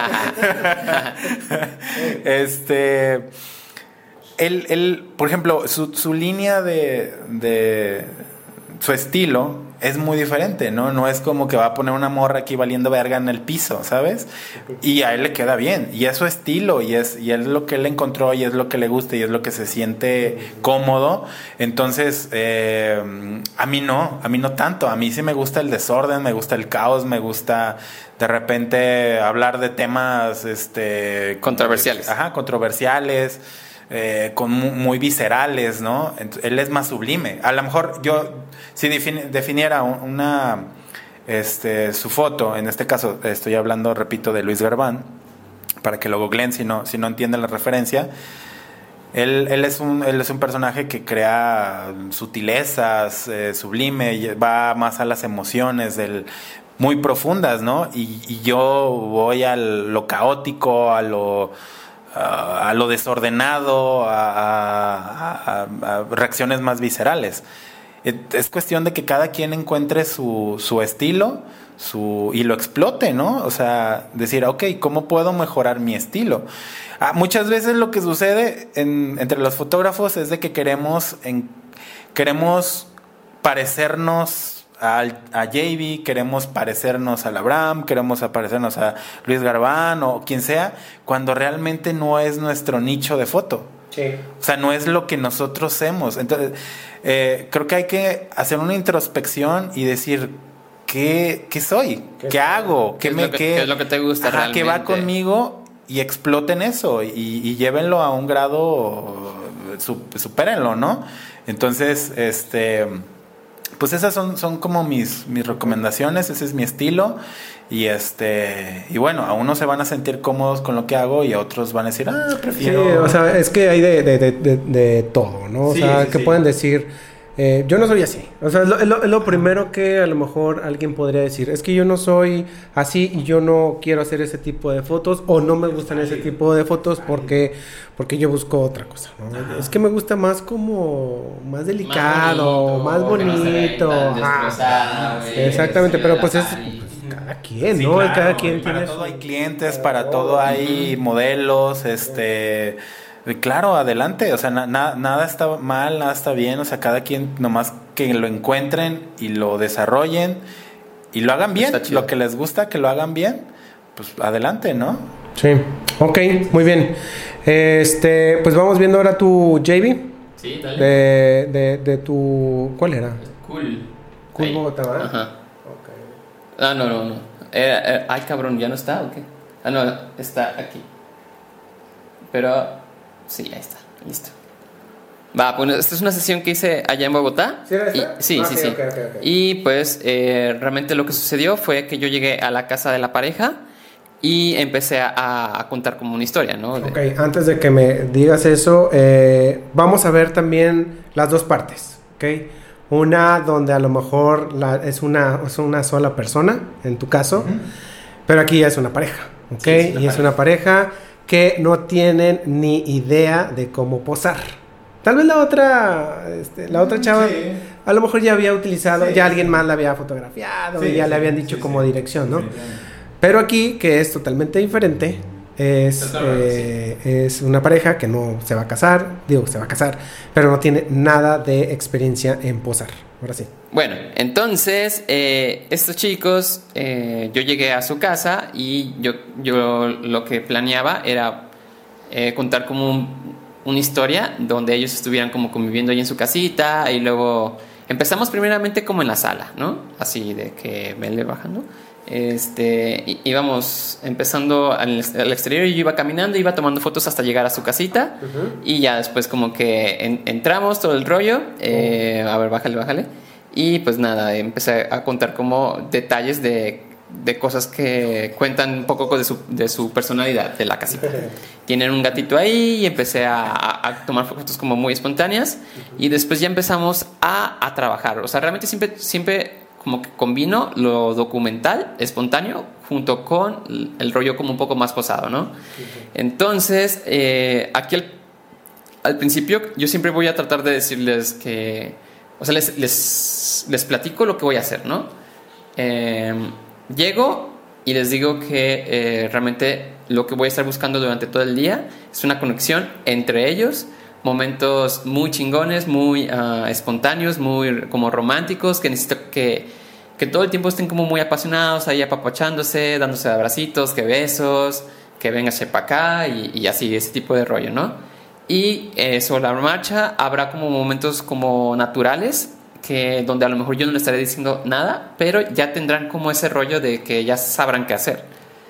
este, él, él, por ejemplo, su, su línea de, de, su estilo es muy diferente, ¿no? No es como que va a poner una morra aquí valiendo verga en el piso, ¿sabes? Y a él le queda bien, y es su estilo, y es, y es lo que él encontró, y es lo que le gusta, y es lo que se siente cómodo. Entonces, eh, a mí no, a mí no tanto, a mí sí me gusta el desorden, me gusta el caos, me gusta de repente hablar de temas, este... controversiales. Ajá, controversiales. Eh, con muy, muy viscerales, ¿no? Entonces, él es más sublime. A lo mejor yo, si defini- definiera una, este, su foto, en este caso estoy hablando, repito, de Luis Garbán, para que lo googleen si no, si no entienden la referencia. Él, él, es un, él es un personaje que crea sutilezas, eh, sublime, va más a las emociones del, muy profundas, ¿no? Y, y yo voy a lo caótico, a lo... Uh, a lo desordenado, a, a, a, a reacciones más viscerales. Es cuestión de que cada quien encuentre su, su estilo su, y lo explote, ¿no? O sea, decir, ok, ¿cómo puedo mejorar mi estilo? Ah, muchas veces lo que sucede en, entre los fotógrafos es de que queremos, en, queremos parecernos a, a J B, queremos parecernos al Abraham, queremos parecernos a Luis Garbán o quien sea, cuando realmente no es nuestro nicho de foto. Sí. O sea, no es lo que nosotros hacemos. Entonces, eh, creo que hay que hacer una introspección y decir, ¿qué, qué soy? ¿Qué, ¿Qué hago? ¿Qué, ¿Qué, me, es lo que, qué, qué es lo que te gusta ajá, realmente? ¿Qué va conmigo? Y exploten eso y, y llévenlo a un grado, su, supérenlo, ¿no? Entonces, este... pues esas son, son como mis, mis recomendaciones, ese es mi estilo y este y bueno, a unos se van a sentir cómodos con lo que hago y a otros van a decir, ah, prefiero... Sí, o sea, es que hay de, de, de, de, de todo, ¿no? O sí, sea, sí, que sí. pueden decir, eh, yo no soy así. O sea, es lo, es, lo, es lo primero que a lo mejor alguien podría decir, es que yo no soy así y yo no quiero hacer ese tipo de fotos o no me gustan ese tipo de fotos porque, porque yo busco otra cosa, ¿no? Es que me gusta más como, más delicado, más bonito. Más bonito. Ah, exactamente, pero pues es... cada quien, Sí, ¿no? claro, Cada quien para tiene todo su... hay clientes, para todo hay modelos, este... claro, adelante, o sea, na- na- nada está mal, nada está bien, o sea, cada quien nomás que lo encuentren y lo desarrollen y lo hagan bien, lo que les gusta, que lo hagan bien, pues adelante, ¿no? Sí, ok, muy bien. Este, pues vamos viendo ahora tu J B. Sí, dale. De, de, de tu... ¿Cuál era? Cool. Cool Ahí. Bogotá, ¿verdad? Ajá. Ok. Ah, no, no, no. Era, era- ay, cabrón, ¿ya no está o qué? Ah, no, está aquí. Pero, sí, ahí está, listo. Va, pues esta es una sesión que hice allá en Bogotá. ¿Sí era Y- esta? sí, Ah, sí, ok, sí. ok, ok, ok. Y pues eh, realmente lo que sucedió fue que yo llegué a la casa de la pareja y empecé a, a contar como una historia, ¿no? De- Ok, antes de que me digas eso, eh, vamos a ver también las dos partes, ¿ok? Una donde a lo mejor la, es, una, es una sola persona, en tu caso, uh-huh. Pero aquí ya es una pareja, ¿ok? Sí, es una y es una pareja que no tienen ni idea de cómo posar. Tal vez la otra, este, la otra chava, sí. A lo mejor ya había utilizado, Sí, ya sí. alguien más la había fotografiado Sí, y ya sí, le habían dicho sí, como sí. dirección, ¿no? Sí, Pero aquí, que es totalmente diferente, es, Totalmente, eh, es una pareja que no se va a casar, digo que se va a casar, pero no tiene nada de experiencia en posar. Ahora sí. Bueno, entonces, eh, estos chicos, eh, yo llegué a su casa y yo, yo lo que planeaba era eh, contar como un, una historia donde ellos estuvieran como conviviendo ahí en su casita y luego empezamos primeramente como en la sala, ¿no? Así de que vele bajando. Este, í- íbamos empezando al, al exterior y yo iba caminando, iba tomando fotos hasta llegar a su casita. Uh-huh. Y ya después como que en- entramos todo el rollo. eh, a ver, bájale, bájale. Y pues nada, empecé a contar como detalles de, de cosas que cuentan un poco de su, de su personalidad, de la casita. Tienen un gatito ahí y empecé a, a- a tomar fotos como muy espontáneas. Y después ya empezamos a, a trabajar. O sea, realmente siempre, siempre como que combino lo documental, espontáneo, junto con el rollo como un poco más posado, ¿no? Entonces, eh, aquí al, al principio yo siempre voy a tratar de decirles que o sea, les, les, les platico lo que voy a hacer, ¿no? Eh, llego y les digo que eh, realmente lo que voy a estar buscando durante todo el día es una conexión entre ellos, momentos muy chingones, muy uh, espontáneos, muy como románticos, que necesito que, que todo el tiempo estén como muy apasionados, ahí apapachándose, dándose abracitos, que besos, que véngase para acá y, y así, ese tipo de rollo, ¿no? Y eh, sobre la marcha habrá como momentos como naturales, que donde a lo mejor yo no le estaré diciendo nada, pero ya tendrán como ese rollo de que ya sabrán qué hacer.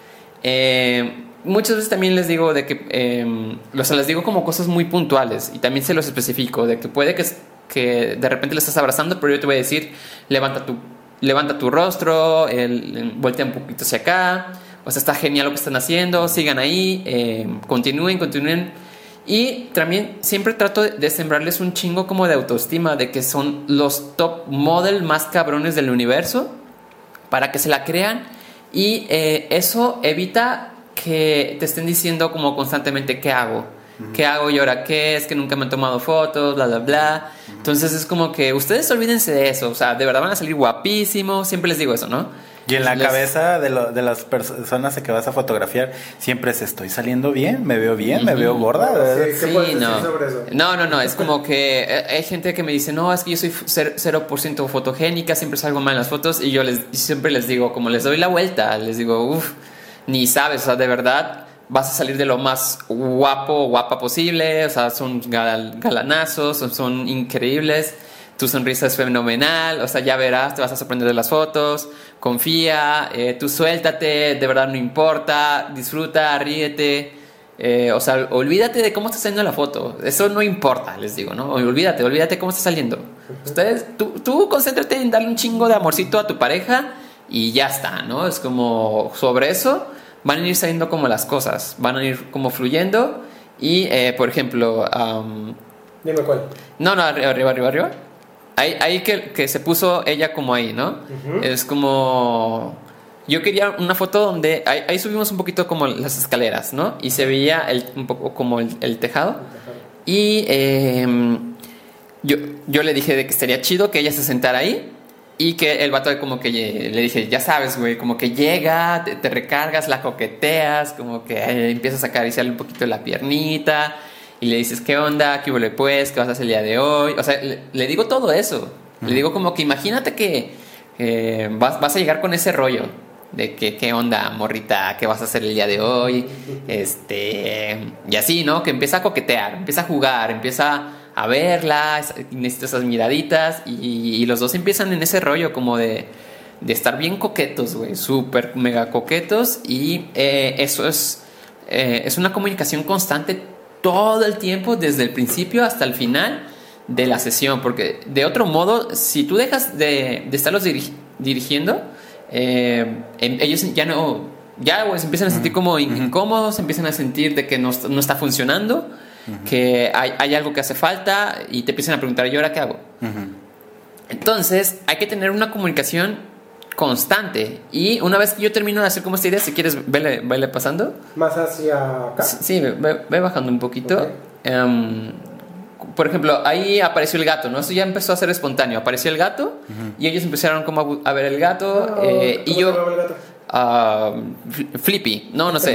Eh, muchas veces también les digo de que, eh, o sea, les digo como cosas muy puntuales y también se los especifico, de que puede que, que de repente le estás abrazando, pero yo te voy a decir, levanta tu, levanta tu rostro, el, el, voltea un poquito hacia acá, o sea, está genial lo que están haciendo, sigan ahí, eh, continúen, continúen. Y también siempre trato de sembrarles un chingo como de autoestima, de que son los top model más cabrones del universo, para que se la crean. Y eh, eso evita que te estén diciendo como constantemente ¿qué hago? Uh-huh. ¿Qué hago y ahora qué? Es que nunca me han tomado fotos, bla, bla, bla. Uh-huh. Entonces es como que ustedes olvídense de eso. O sea, de verdad van a salir guapísimos. Siempre les digo eso, ¿no? Y en la Les... cabeza de, lo, de las personas que vas a fotografiar siempre es, estoy saliendo bien, me veo bien, uh-huh. me veo gorda. Sí, ¿qué sí, puedes no. decir sobre eso? No, no, no, es como que hay gente que me dice, no, es que yo soy cero por ciento fotogénica, siempre salgo mal en las fotos, y yo les, siempre les digo, como les doy la vuelta, les digo, uff, ni sabes, o sea, de verdad vas a salir de lo más guapo, guapa posible, o sea, son gal, galanazos, son, son increíbles. Tu sonrisa es fenomenal, o sea, ya verás, te vas a sorprender de las fotos, confía, eh, tú suéltate, de verdad no importa, disfruta, ríete, eh, o sea, olvídate de cómo está saliendo la foto, eso no importa, les digo, ¿no? Olvídate, olvídate cómo está saliendo. Ustedes, tú, tú concéntrate en darle un chingo de amorcito a tu pareja y ya está, ¿no? Es como sobre eso van a ir saliendo como las cosas, van a ir como fluyendo y, eh, por ejemplo... Um, Dime cuál. No, no, arriba, arriba, arriba, arriba. Ahí, ahí que, que se puso ella como ahí, ¿no? Uh-huh. Es como... Yo quería una foto donde... Ahí, ahí subimos un poquito como las escaleras, ¿no? Y se veía el, un poco como el, el tejado. Y eh, yo, yo le dije de que estaría chido que ella se sentara ahí. Y que el vato como que le dije, ya sabes, güey, como que llega, te, te recargas, la coqueteas, como que eh, empiezas a acariciarle un poquito la piernita... Y le dices, ¿qué onda? ¿Qué huele pues? ¿Qué vas a hacer el día de hoy? O sea, le, le digo todo eso. Uh-huh. Le digo como que imagínate que eh, vas, vas a llegar con ese rollo. De que, ¿qué onda, morrita? ¿Qué vas a hacer el día de hoy? Este... Y así, ¿no? Que empieza a coquetear, empieza a jugar, empieza a verla, necesita esas miraditas. Y, y los dos empiezan en ese rollo como de, de estar bien coquetos, güey. Súper mega coquetos. Y eh, eso es, eh, es una comunicación constante todo el tiempo, desde el principio hasta el final de la sesión, porque de otro modo, si tú dejas de, de estarlos dirigi- dirigiendo, eh, ellos ya no, ya pues, empiezan a sentir como uh-huh. incómodos, empiezan a sentir de que no, no está funcionando, uh-huh. que hay, hay algo que hace falta y te empiezan a preguntar, ¿y ahora qué hago? Uh-huh. Entonces, hay que tener una comunicación constante. Y una vez que yo termino de hacer como esta idea, si quieres, vele, vele pasando. ¿Más hacia acá? Sí, sí ve, ve bajando un poquito. Okay. Um, por ejemplo, ahí apareció el gato, ¿no? Eso ya empezó a ser espontáneo. Apareció el gato uh-huh. y ellos empezaron como a, a ver el gato. No, eh, y yo... el gato? Uh, Flippy, no, no sé.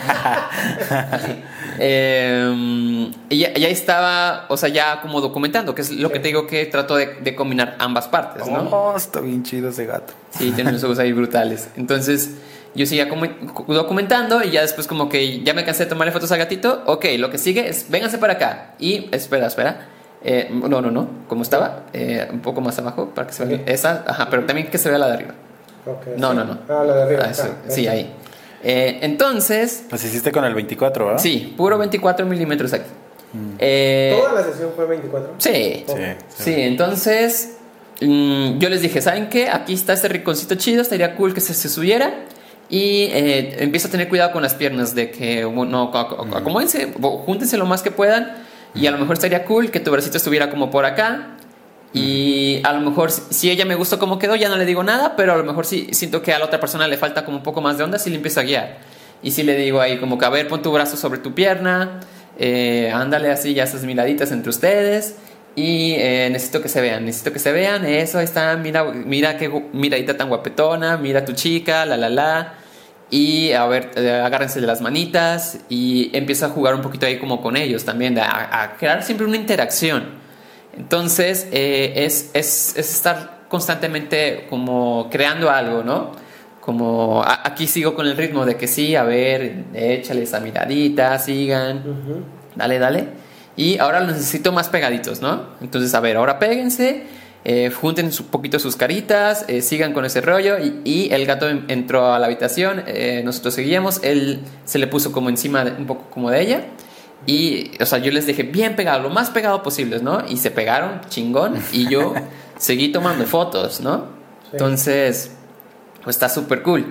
eh, y ya, ya estaba, o sea, ya como documentando, que es lo sí. que te digo que trato de, de combinar ambas partes, ¿no? Oh, está bien chido ese gato. Sí, tiene unos ojos ahí brutales. Entonces, yo seguía como documentando y ya después como que ya me cansé de tomarle fotos al gatito. Ok, lo que sigue es, vénganse para acá. Y, espera, espera. Eh, no, no, no, como estaba, eh, un poco más abajo para que se vea okay. esa, ajá, pero también que se vea la de arriba. Okay, no, sí. no, no. Ah, la de arriba. Ah, eso, ah, sí, ahí. Eh, entonces... Pues hiciste con el veinticuatro, ¿verdad? Sí, puro veinticuatro milímetros aquí. Mm. Eh, ¿Toda la sesión fue veinticuatro? Sí. Oh. Sí, sí. Sí, entonces... Mmm, yo les dije, ¿saben qué? Aquí está este rinconcito chido, estaría cool que se, se subiera. Y eh, empiezo a tener cuidado con las piernas, de que, no, mm. acomódense, júntense lo más que puedan. Mm. Y a lo mejor estaría cool que tu bracito estuviera como por acá. Y a lo mejor si ella me gustó cómo quedó, ya no le digo nada, pero a lo mejor sí siento que a la otra persona le falta como un poco más de onda, sí le empiezo a guiar. Y sí le digo ahí como que, a ver, pon tu brazo sobre tu pierna, eh, ándale así, ya esas miraditas entre ustedes. Y eh, necesito que se vean, necesito que se vean, eso, ahí está, mira, mira qué miradita tan guapetona, mira tu chica, la la la. Y a ver, eh, agárrense de las manitas y empieza a jugar un poquito ahí como con ellos también, a, a crear siempre una interacción. Entonces eh, es, es, es estar constantemente como creando algo, ¿no? Como a, aquí sigo con el ritmo de que sí, a ver, échale esa miradita, sigan, uh-huh. dale, dale. Y ahora los necesito más pegaditos, ¿no? Entonces, a ver, ahora péguense, eh, junten un poquito sus caritas, eh, sigan con ese rollo. Y, y el gato entró a la habitación, eh, nosotros seguíamos, él se le puso como encima, de, un poco como de ella. Y, o sea, yo les dije bien pegado, lo más pegado posible, ¿no? Y se pegaron, chingón. Y yo seguí tomando fotos, ¿no? Sí. Entonces, pues está súper cool.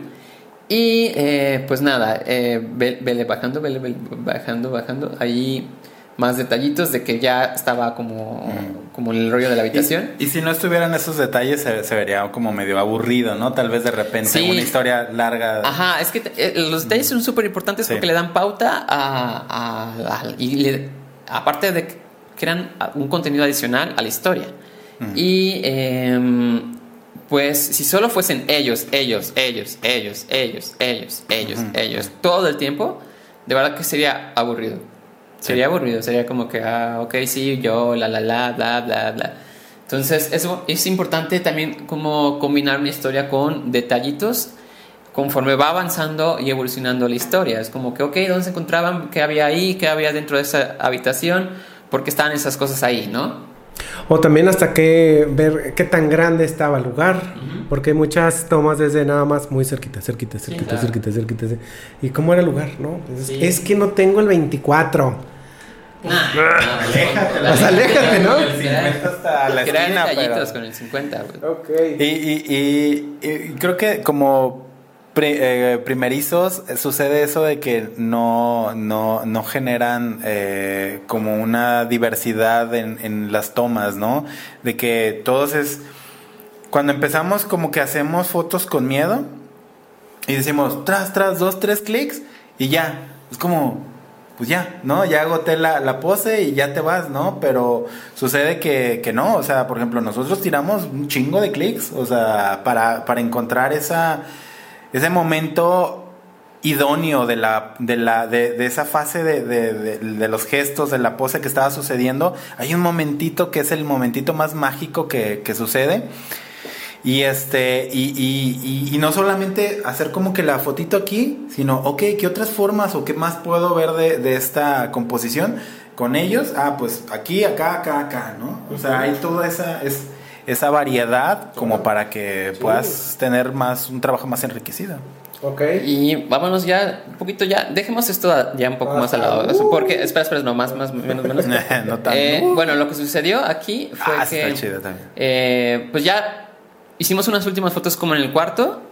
Y, eh, pues nada, eh, vele bajando, vele, vele bajando, bajando. Ahí más detallitos de que ya estaba como, mm. como en el rollo de la habitación. Y, y si no estuvieran esos detalles, se, se vería como medio aburrido, ¿no? Tal vez de repente sí. una historia larga. Ajá, es que te, eh, los detalles son súper importantes sí. porque le dan pauta a... a, a y le, aparte de que crean un contenido adicional a la historia. Mm. Y... Eh, pues si solo fuesen ellos, ellos, ellos, ellos, ellos, ellos, ellos, uh-huh. ellos, todo el tiempo, de verdad que sería aburrido. Sería sí. aburrido, sería como que, ah, ok, sí, yo, la, la, la, bla, bla, bla. Entonces, eso es importante también como combinar una historia con detallitos conforme va avanzando y evolucionando la historia. Es como que, ok, ¿dónde se encontraban? ¿Qué había ahí? ¿Qué había dentro de esa habitación? ¿Por qué estaban esas cosas ahí, no? O también hasta que ver qué tan grande estaba el lugar, uh-huh. porque hay muchas tomas desde nada más muy cerquita, cerquita, cerquita, sí, claro. cerquita, cerquita, cerquita. ¿Y cómo era el lugar, no? Entonces, sí. Es que no tengo el veinticuatro. Nah, nah, aléjate, pues aléjate, ¿no? El cincuenta hasta la esquina, pero... con el cincuenta, güey. Okay. Y, y, y, y creo que como pri, eh, primerizos sucede eso de que no, no, no generan eh, como una diversidad en, en las tomas, ¿no? De que todos es... Cuando empezamos como que hacemos fotos con miedo y decimos tras, tras, dos, tres clics y ya. Es como, pues ya, ¿no? Ya agoté la, la pose y ya te vas, ¿no? Pero sucede que, que no. O sea, por ejemplo, nosotros tiramos un chingo de clics, o sea, para, para encontrar esa... ese momento idóneo de la de la de, de esa fase de, de, de, de los gestos, de la pose que estaba sucediendo. Hay un momentito que es el momentito más mágico que, que sucede. Y este y, y, y, y no solamente hacer como que la fotito aquí, sino, ok, ¿qué otras formas o qué más puedo ver de, de esta composición con ellos? Ah, pues aquí, acá, acá, acá, ¿no? O sea, hay toda esa... es esa variedad como para que sí. puedas tener más un trabajo más enriquecido. Ok. Y vámonos ya un poquito ya, dejemos esto ya un poco ah, más al lado. Uh. Porque, espera, espera, no, más, más, menos, menos. no tan, eh, uh. Bueno, lo que sucedió aquí fue ah, que... está chido también. Eh, pues ya hicimos unas últimas fotos como en el cuarto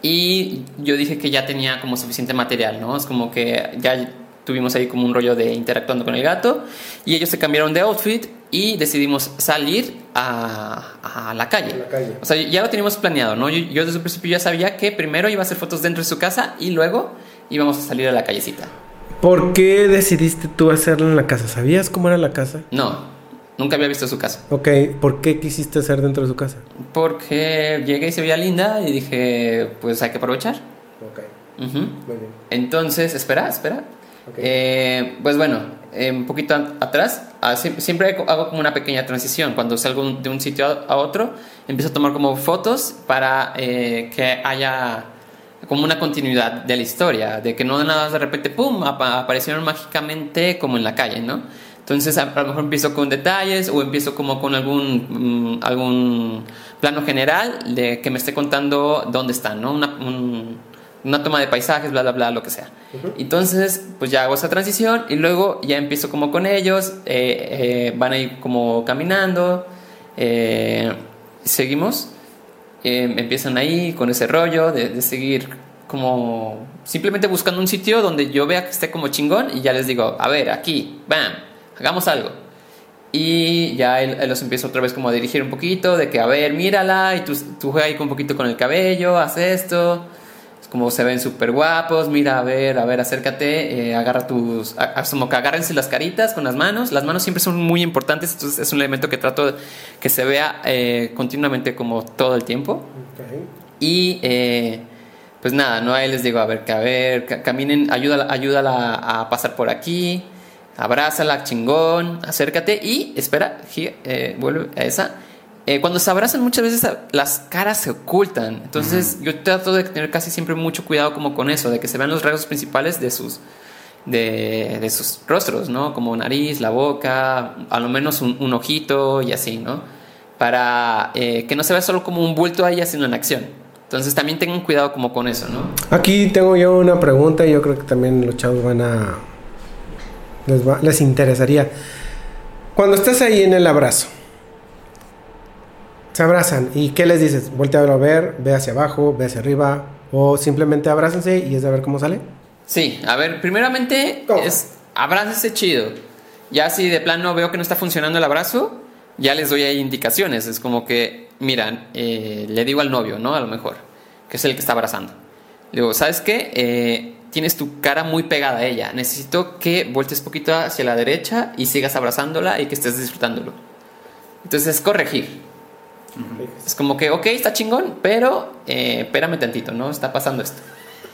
y yo dije que ya tenía como suficiente material, ¿no? Es como que ya tuvimos ahí como un rollo de interactuando con el gato y ellos se cambiaron de outfit y decidimos salir a, a, la calle. a la calle. O sea, ya lo teníamos planeado, ¿no? Yo, yo desde el principio ya sabía que primero iba a hacer fotos dentro de su casa y luego íbamos a salir a la callecita. ¿Por qué decidiste tú hacerlo en la casa? ¿Sabías cómo era la casa? No, nunca había visto su casa. Ok, ¿por qué quisiste hacer dentro de su casa? Porque llegué y se veía linda y dije, pues hay que aprovechar. Ok, uh-huh. Muy bien. Entonces, espera, espera. Okay. Eh, pues bueno, eh, un poquito a- atrás, ah, siempre, siempre hago como una pequeña transición. Cuando salgo de un sitio a, a otro, empiezo a tomar como fotos para eh, que haya como una continuidad de la historia, de que no de nada de repente, ¡pum!, ap- aparecieron mágicamente como en la calle, ¿no? Entonces a, a lo mejor empiezo con detalles o empiezo como con algún, mm, algún plano general de que me esté contando dónde están, ¿no? Una, un, una toma de paisajes, bla, bla, bla, lo que sea. Uh-huh. Entonces, pues ya hago esa transición y luego ya empiezo como con ellos, eh, eh, van a ir como caminando, eh, seguimos, eh, empiezan ahí con ese rollo de, de seguir como simplemente buscando un sitio donde yo vea que esté como chingón y ya les digo, a ver, aquí, bam, hagamos algo. Y ya él, él los empiezo otra vez como a dirigir un poquito, de que, a ver, mírala, y tú, tú juegas ahí un poquito con el cabello, haz esto. como se ven súper guapos, mira, a ver, a ver, acércate, eh, agarra tus, a, a, como que agárrense las caritas con las manos, las manos siempre son muy importantes, entonces es un elemento que trato de que se vea eh, continuamente como todo el tiempo. Okay. Y eh, pues nada, no, ahí les digo, a ver, que a ver, ca- caminen, ayúdala, ayúdala a pasar por aquí, abrázala, chingón, acércate y espera, gira, eh, vuelve a esa. Eh, cuando se abrazan muchas veces las caras se ocultan, entonces uh-huh. yo trato de tener casi siempre mucho cuidado como con eso, de que se vean los rasgos principales de sus de, de sus rostros, ¿no? Como nariz, la boca, a lo menos un, un ojito y así, ¿no? Para eh, que no se vea solo como un bulto ahí haciendo en acción. Entonces también tengan cuidado como con eso, ¿no? Aquí tengo yo una pregunta y yo creo que también los chavos van a les, va, les interesaría. Cuando estás ahí en el abrazo, se abrazan. ¿Y qué les dices? Voltea a ver, ve hacia abajo, ve hacia arriba. O simplemente abrácense y es de ver cómo sale. Sí, a ver, primeramente ¿Cómo? es abrácense chido. Ya si de plano veo que no está funcionando el abrazo, ya les doy ahí indicaciones. Es como que, miran, eh, le digo al novio, ¿no? A lo mejor, que es el que está abrazando. Le digo, ¿sabes qué? Eh, tienes tu cara muy pegada a ella. Necesito que voltees poquito hacia la derecha y sigas abrazándola y que estés disfrutándolo. Entonces es corregir. Uh-huh. Es como que, ok, está chingón, pero eh, espérame tantito, ¿no? Está pasando esto.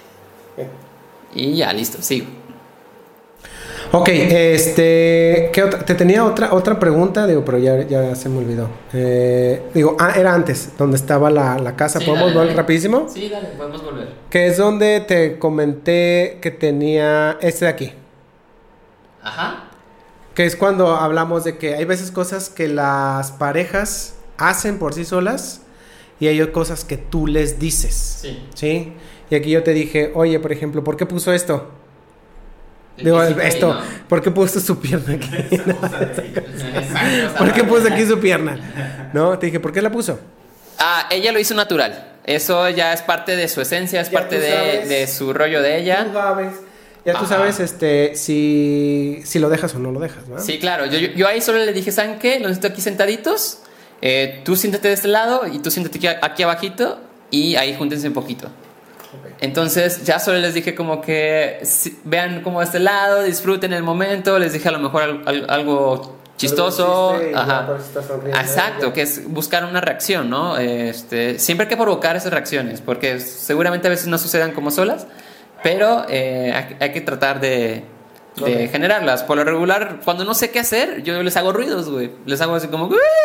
Y ya, listo, sigo. Ok, este, ¿qué otra? Te tenía otra otra pregunta, digo, pero ya, ya se me olvidó. Eh, digo, ah, era antes, donde estaba la, la casa. Sí, ¿podemos dale, volver dale. rapidísimo? Sí, dale, podemos volver. Que es donde te comenté que tenía este de aquí. Ajá. Que es cuando hablamos de que hay veces cosas que las parejas hacen por sí solas y hay cosas que tú les dices. Sí. ¿Sí? Y aquí yo te dije, oye, por ejemplo, ¿por qué puso esto? Digo, esto, no. ¿Por qué puso su pierna aquí? No. ¿Por qué puso aquí su pierna? No, te dije, ¿por qué la puso? Ah, ella lo hizo natural. Eso ya es parte de su esencia, es ya parte de, de su rollo de ella. Tú sabes, ya tú Ajá. sabes este, si, si lo dejas o no lo dejas, ¿no? Sí, claro. Yo, yo ahí solo le dije, ¿saben qué? Los necesito aquí sentaditos. Eh, tú siéntate de este lado y tú siéntate aquí, aquí abajito y ahí júntense un poquito. Okay. Entonces ya solo les dije como que si, vean como este lado, disfruten el momento. Les dije a lo mejor al, al, algo chistoso. Ajá. Exacto, que es buscar una reacción, ¿no? Este, siempre hay que provocar esas reacciones porque seguramente a veces no sucedan como solas, pero eh, hay, hay que tratar de, de okay. generarlas. Por lo regular, cuando no sé qué hacer, yo les hago ruidos, güey. Les hago así como...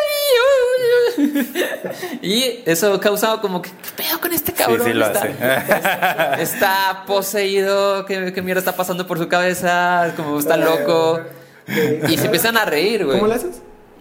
Y eso ha causado como que, ¿qué pedo con este cabrón? Sí, sí lo está, hace. Está poseído, ¿qué, qué mierda está pasando por su cabeza? Como está loco. Y se empiezan a reír, güey. ¿Cómo lo haces?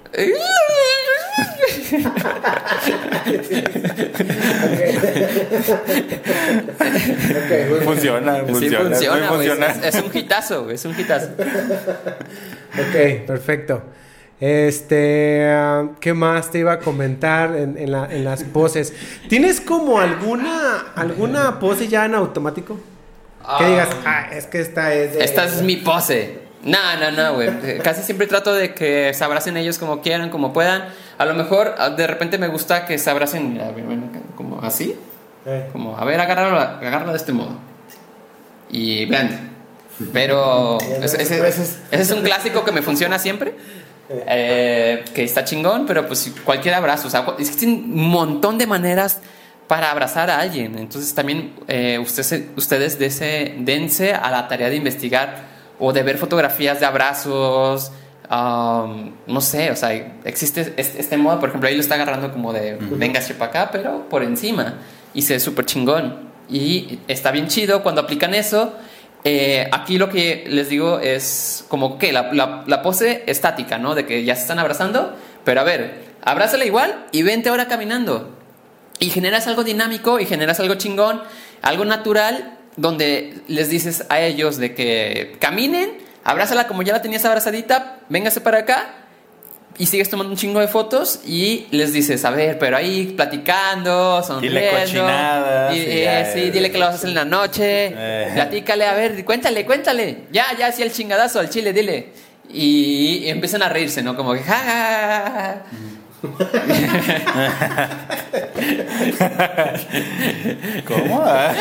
okay, funciona, funciona, sí, funciona, funciona. Es, es un hitazo, es un hitazo. Ok, perfecto. Este, uh, ¿qué más te iba a comentar en, en, la, en las poses? ¿Tienes como alguna alguna pose ya en automático? Que um, digas, ah, es que esta es de... Esta es mi pose. No, no, no, güey. Casi siempre trato de que se abracen ellos como quieran, como puedan. A lo mejor de repente me gusta que se abracen, mira, como así. Eh. Como, a ver, agárralo, agárralo de este modo. Y vean. Pero ese, ese, ese, ese es un clásico que me funciona siempre. Eh, que está chingón, pero pues cualquier abrazo, o sea, existen un montón de maneras para abrazar a alguien. Entonces también eh, ustedes, ustedes dese, dense a la tarea de investigar o de ver fotografías de abrazos. Um, no sé, o sea, existe este, este modo, por ejemplo, ahí lo está agarrando como de uh-huh. véngase para acá, pero por encima, y se ve súper chingón y está bien chido cuando aplican eso. Eh, aquí lo que les digo es como que la, la, la pose estática, ¿no? De que ya se están abrazando, pero a ver, abrázala igual y vente ahora caminando. Y generas algo dinámico y generas algo chingón, algo natural, donde les dices a ellos de que caminen, abrázala como ya la tenías abrazadita, véngase para acá. Y sigues tomando un chingo de fotos y les dices, a ver, pero ahí platicando, sonriendo. Dile cochinadas. Y, y eh, ya, sí, eh, dile que lo vas a hacer en la noche. Eh. Platícale, a ver, cuéntale, cuéntale. Ya, ya, sí, el chingadazo, al chile, dile. Y, y empiezan a reírse, ¿no? Como que, ja, ja, ja. ¿Cómo?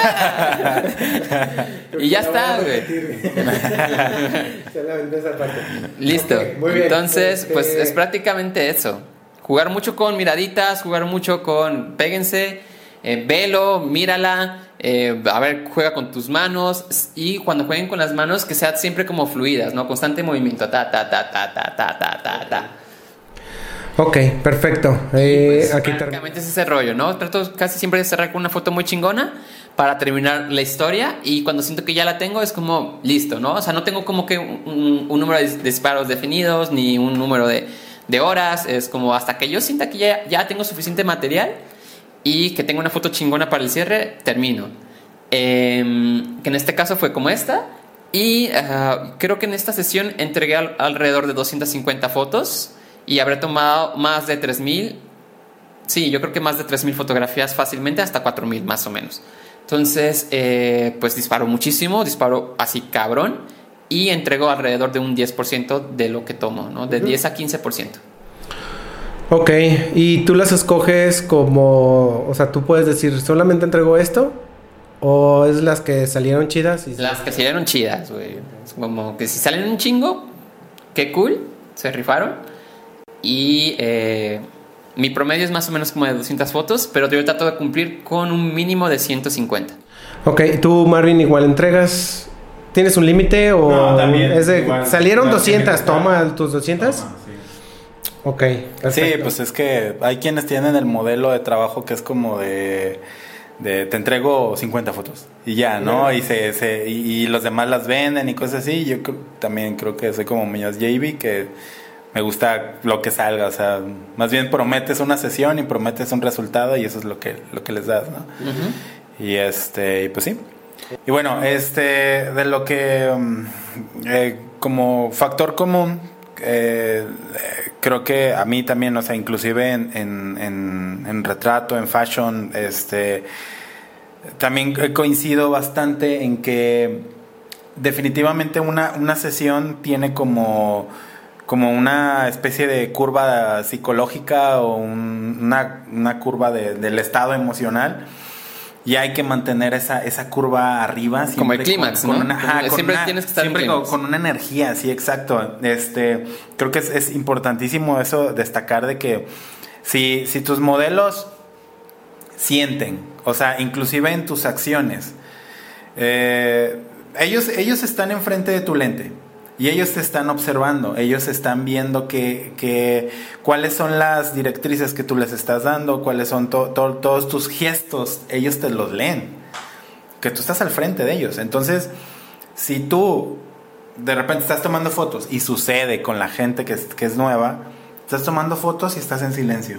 Y ya está, güey. Solamente esa parte. Listo. Okay, muy bien. Entonces, Este- pues es prácticamente eso. Jugar mucho con miraditas, jugar mucho con péguense, eh, velo, mírala, eh, a ver, juega con tus manos y cuando jueguen con las manos que sean siempre como fluidas, ¿no? Constante movimiento, ta, ta, ta, ta, ta, ta, ta, ta, ta. Ok, perfecto. Eh, Pues, aquí ter- prácticamente es ese rollo, ¿no? Trato casi siempre de cerrar con una foto muy chingona para terminar la historia y cuando siento que ya la tengo es como listo, ¿no? O sea, no tengo como que un, un- un número de disparos definidos ni un número de, de horas, es como hasta que yo sienta que ya, ya tengo suficiente material y que tengo una foto chingona para el cierre, termino. Em, que en este caso fue como esta y ah, creo que en esta sesión entregué al- alrededor de doscientas cincuenta fotos y habré tomado más de tres mil. Sí, yo creo que más de tres mil fotografías fácilmente, hasta cuatro mil más o menos. Entonces, eh, pues disparo muchísimo, disparo así cabrón y entrego alrededor de un diez por ciento de lo que tomo, ¿no? De diez a quince por ciento. Ok, y tú las escoges como, o sea, tú puedes decir, solamente entrego esto, o es las que salieron chidas. Y... Las que salieron chidas, güey. Es como que si salen un chingo, qué cool, se rifaron. Y eh, mi promedio es más o menos como de doscientas fotos, pero yo trato de cumplir con un mínimo de ciento cincuenta. Ok, tú, Marvin, igual entregas. ¿Tienes un límite o No, también, es de, igual. salieron No, doscientas, sí, toma tus doscientas? Toma, sí. Ok, perfecto. Sí, pues es que hay quienes tienen el modelo de trabajo que es como de, de te entrego cincuenta fotos y ya, ¿no? Y se, se y, y los demás las venden y cosas así. Yo creo- también creo que soy como Muñoz J B, que me gusta lo que salga, o sea, más bien prometes una sesión y prometes un resultado y eso es lo que lo que les das, ¿no? Uh-huh. Y este, y pues sí. Y bueno, este, de lo que um, eh, como factor común, eh, eh, creo que a mí también, o sea, inclusive en, en, en, en retrato, en fashion, este, también coincido bastante en que definitivamente una, una sesión tiene como como una especie de curva psicológica o un- una, una curva de- del estado emocional y hay que mantener esa, esa curva arriba Como el siempre clímax, con, con ¿no? una, ajá, Como con siempre una- tienes que estar en siempre con, clímax. con una energía, sí, exacto. Este, creo que es, es importantísimo eso, destacar de que si, si tus modelos sienten, o sea, inclusive en tus acciones, eh, ellos, ellos están enfrente de tu lente y ellos te están observando, ellos están viendo que, que cuáles son las directrices que tú les estás dando, cuáles son to, to, todos tus gestos, ellos te los leen, que tú estás al frente de ellos. Entonces, si tú de repente estás tomando fotos y sucede con la gente que es, que es nueva, estás tomando fotos y estás en silencio.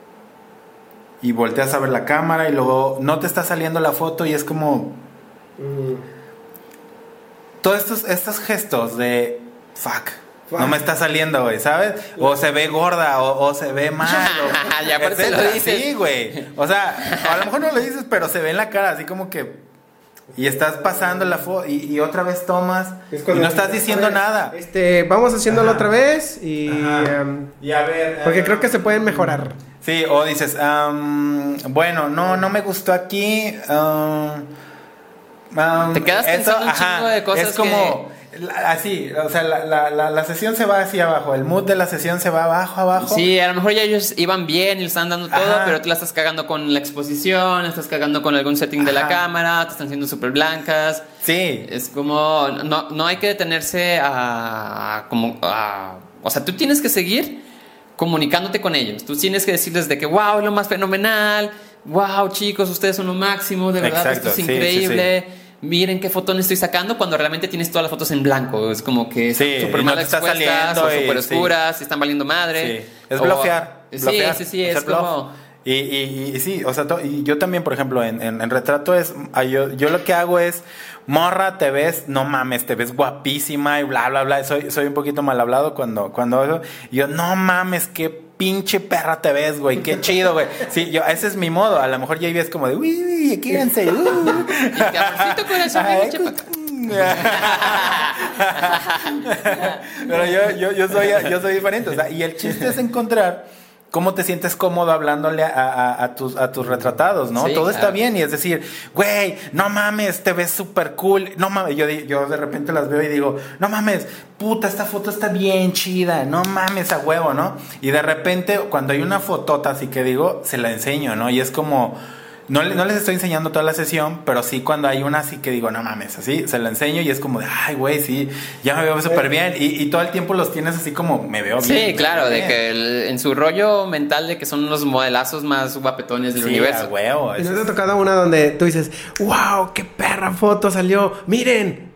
Y volteas a ver la cámara y luego no te está saliendo la foto y es como... Mm. Todos estos, estos gestos de... Fuck. Fuck. No me está saliendo, güey, ¿sabes? O se ve gorda, o, o se ve mal. o, Y aparte etcétera. lo dices. Sí, güey. O sea, a lo mejor no lo dices, pero se ve en la cara, así como que... Y estás pasando la foto y, y otra vez tomas Es y cuando- no estás diciendo a ver, nada. Este, vamos haciéndolo Ajá. otra vez y... Ajá. em, Y a ver... porque eh, creo que se pueden mejorar. Sí, o dices, am, bueno, no, no me gustó aquí. am, am, Te quedas pensando un chingo de cosas Es como, la- así, o sea, la, la, la, la sesión se va hacia abajo, el mood de la sesión se va abajo, abajo. Sí, a lo mejor ya ellos iban bien y le están dando todo, Ajá. pero tú la estás cagando con la exposición, la estás cagando con algún setting de la Ajá. cámara, te están siendo súper blancas. Sí. Es como, no, no hay que detenerse a, como, a... O sea, tú tienes que seguir comunicándote con ellos. Tú tienes que decirles de que, wow, es lo más fenomenal. Wow, chicos, ustedes son lo máximo. De verdad, Exacto, esto es sí, increíble. sí, Miren qué fotón estoy sacando cuando realmente tienes todas las fotos en blanco. Es como que Sí, están súper y no mal te está expuestas saliendo o y- súper sí. oscuras y están valiendo madre. Sí, es O- blofear. Sí, blofear, sí, sí, es hacer bluff. como... Y, y, y sí, o sea, to- y yo también, por ejemplo, en, en, en retrato es, ah, yo, yo lo que hago es, morra, te ves, no mames, te ves guapísima y bla, bla, bla. Soy, soy un poquito mal hablado cuando, cuando eso. Y yo, no mames, qué pinche perra te ves, güey, qué chido, güey. Sí, yo, ese es mi modo. A lo mejor J B es como de, uy, uy, quédense. Uh. Y te amorcito corazón, Ay, mi chepa. Pero yo, yo, yo, soy, yo soy diferente, o sea, y el chiste es encontrar cómo te sientes cómodo hablándole a, a, a tus, a tus retratados, ¿no? Sí, Todo claro. está bien y es decir, güey, no mames, te ves súper cool. No mames, yo, yo de repente las veo y digo, no mames, puta, esta foto está bien chida, no mames a huevo, ¿no? Y de repente cuando hay una fotota así que digo, se la enseño, ¿no? Y es como... No, no les estoy enseñando toda la sesión, pero sí cuando hay una así que digo, no mames, así, se la enseño y es como de, ay, güey, sí, ya me veo súper bien. Y, y todo el tiempo los tienes así como, me veo Sí, bien. claro, bien. de que el- en su rollo mental de que son los modelazos más guapetones del Sí, universo. a huevo. ¿Y eso no te ha es- tocado una donde tú dices, wow, qué perra foto salió? ¡Miren!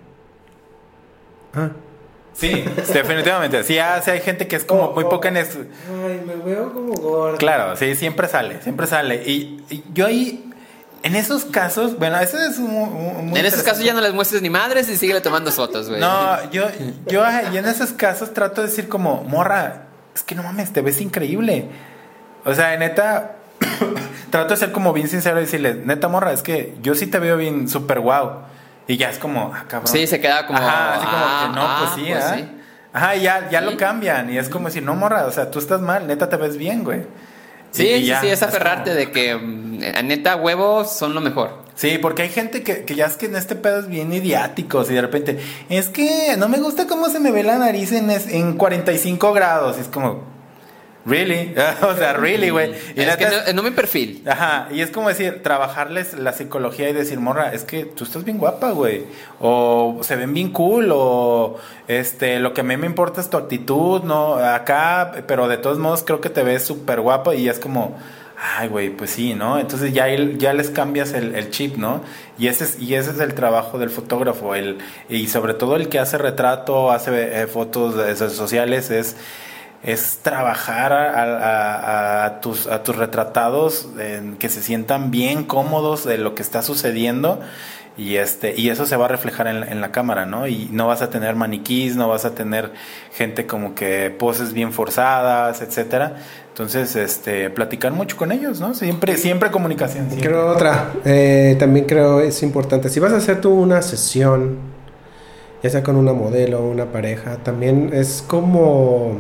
Ah. Sí, definitivamente. Sí, ah, sí, hay gente que es como Oh, muy oh. poca en eso. Ay, me veo como gordo. Claro, sí, siempre sale, siempre sale. Y, y yo ahí, en esos casos, bueno, ese es un, un- muy En esos casos interesante. ya no les muestres ni madres y síguele tomando fotos, güey. No, yo, yo y en esos casos trato de decir como, morra, es que no mames, te ves increíble. O sea, neta, trato de ser como bien sincero y decirle, neta, morra, es que yo sí te veo bien súper guau. Y ya es como, ah, cabrón. Sí, se queda como, Ajá, así como ah, que no, ah, pues sí, pues ¿ah? sí. Ajá, y ya, ya Sí. lo cambian. Y es como decir, no, morra, o sea, tú estás mal, neta te ves bien, güey. Sí, Y- y sí, ya, sí, es como- aferrarte de que mm, neta huevos son lo mejor. Sí, porque hay gente que, que ya es que en este pedo es bien idiáticos y de repente, es que no me gusta cómo se me ve la nariz en, es- en cuarenta y cinco grados. Y es como, ¿really? O sea, ¿really, güey? Y Es neta que es- no, no mi perfil. Ajá, y es como decir, trabajarles la psicología y decir, morra, es que tú estás bien guapa, güey. O se ven bien cool, o este, lo que a mí me importa es tu actitud, ¿no? Acá, pero de todos modos creo que te ves súper guapa y es como, ay, güey, pues sí, ¿no? Entonces ya, el- ya les cambias el, el chip, ¿no? Y ese, es, y ese es el trabajo del fotógrafo, el, y sobre todo el que hace retrato, hace eh, fotos eh, sociales, es... es trabajar a, a- a tus, a tus retratados en que se sientan bien cómodos de lo que está sucediendo y este y eso se va a reflejar en la, en la cámara, ¿no? Y no vas a tener maniquís, no vas a tener gente como que poses bien forzadas, etcétera. Entonces, este, platicar mucho con ellos, ¿no? Siempre, siempre comunicación. Siempre. Creo otra, eh, también creo es importante. Si vas a hacer tú una sesión, ya sea con una modelo o una pareja, también es como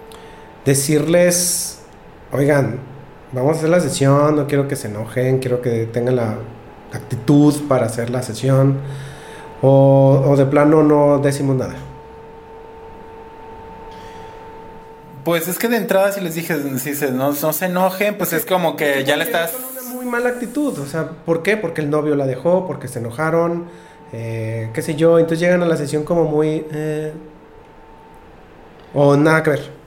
decirles, oigan, vamos a hacer la sesión, no quiero que se enojen, quiero que tengan la actitud para hacer la sesión, o, o de plano no decimos nada. Pues es que de entrada si les dije, si se, no, no se enojen, pues es como que ya le estás... Con una muy mala actitud, o sea, ¿por qué? Porque el novio la dejó, porque se enojaron, eh, qué sé yo, entonces llegan a la sesión como muy... Eh, o nada que ver.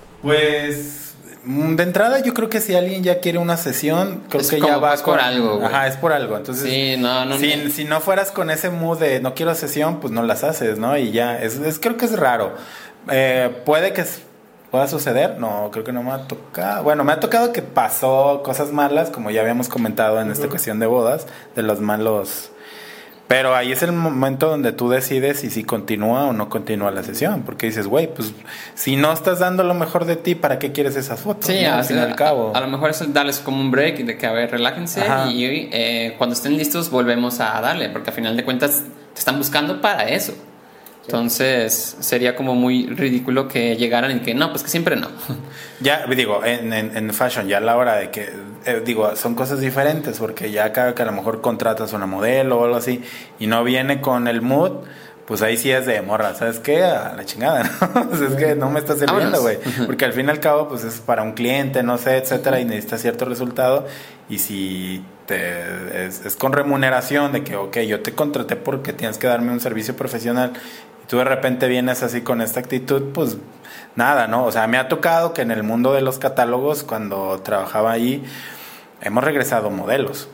Pues mm, de entrada yo creo que si alguien ya quiere una sesión, creo Es que como, ya va pues, por algo, güey. Ajá, es por algo. Entonces, Sí, no, no, si, no. si no fueras con ese mood de no quiero sesión, pues no las haces, ¿no? Y ya, es, es creo que es raro. Eh, puede que s- pueda suceder, no, creo que no me ha tocado. Bueno, me ha tocado que pasó cosas malas, como ya habíamos comentado en esta cuestión de bodas, de los malos. Pero ahí es el momento donde tú decides si, si continúa o no continúa la sesión. Porque dices, güey, pues si no estás dando lo mejor de ti, ¿para qué quieres esas fotos? Sí, ¿no? a, Al fin y al cabo. a, a lo mejor es darles como un break de que, a ver, relájense Ajá. y eh, cuando estén listos volvemos a darle, porque al final de cuentas te están buscando para eso. Entonces sería como muy ridículo que llegaran y que no, pues que siempre no. Ya, digo, en, en, en fashion, ya a la hora de que, eh, digo, son cosas diferentes, porque ya cada que a lo mejor contratas una modelo o algo así y no viene con el mood, pues ahí sí es de morra, ¿sabes qué? A la chingada, ¿no? Pues es que no me está sirviendo, Vámonos. güey. Porque al fin y al cabo, pues es para un cliente, no sé, etcétera, y necesitas cierto resultado. Y si te, es, es con remuneración de que, ok, yo te contraté porque tienes que darme un servicio profesional y tú de repente vienes así con esta actitud, pues nada, ¿no? O sea, me ha tocado que en el mundo de los catálogos, cuando trabajaba ahí, hemos regresado modelos.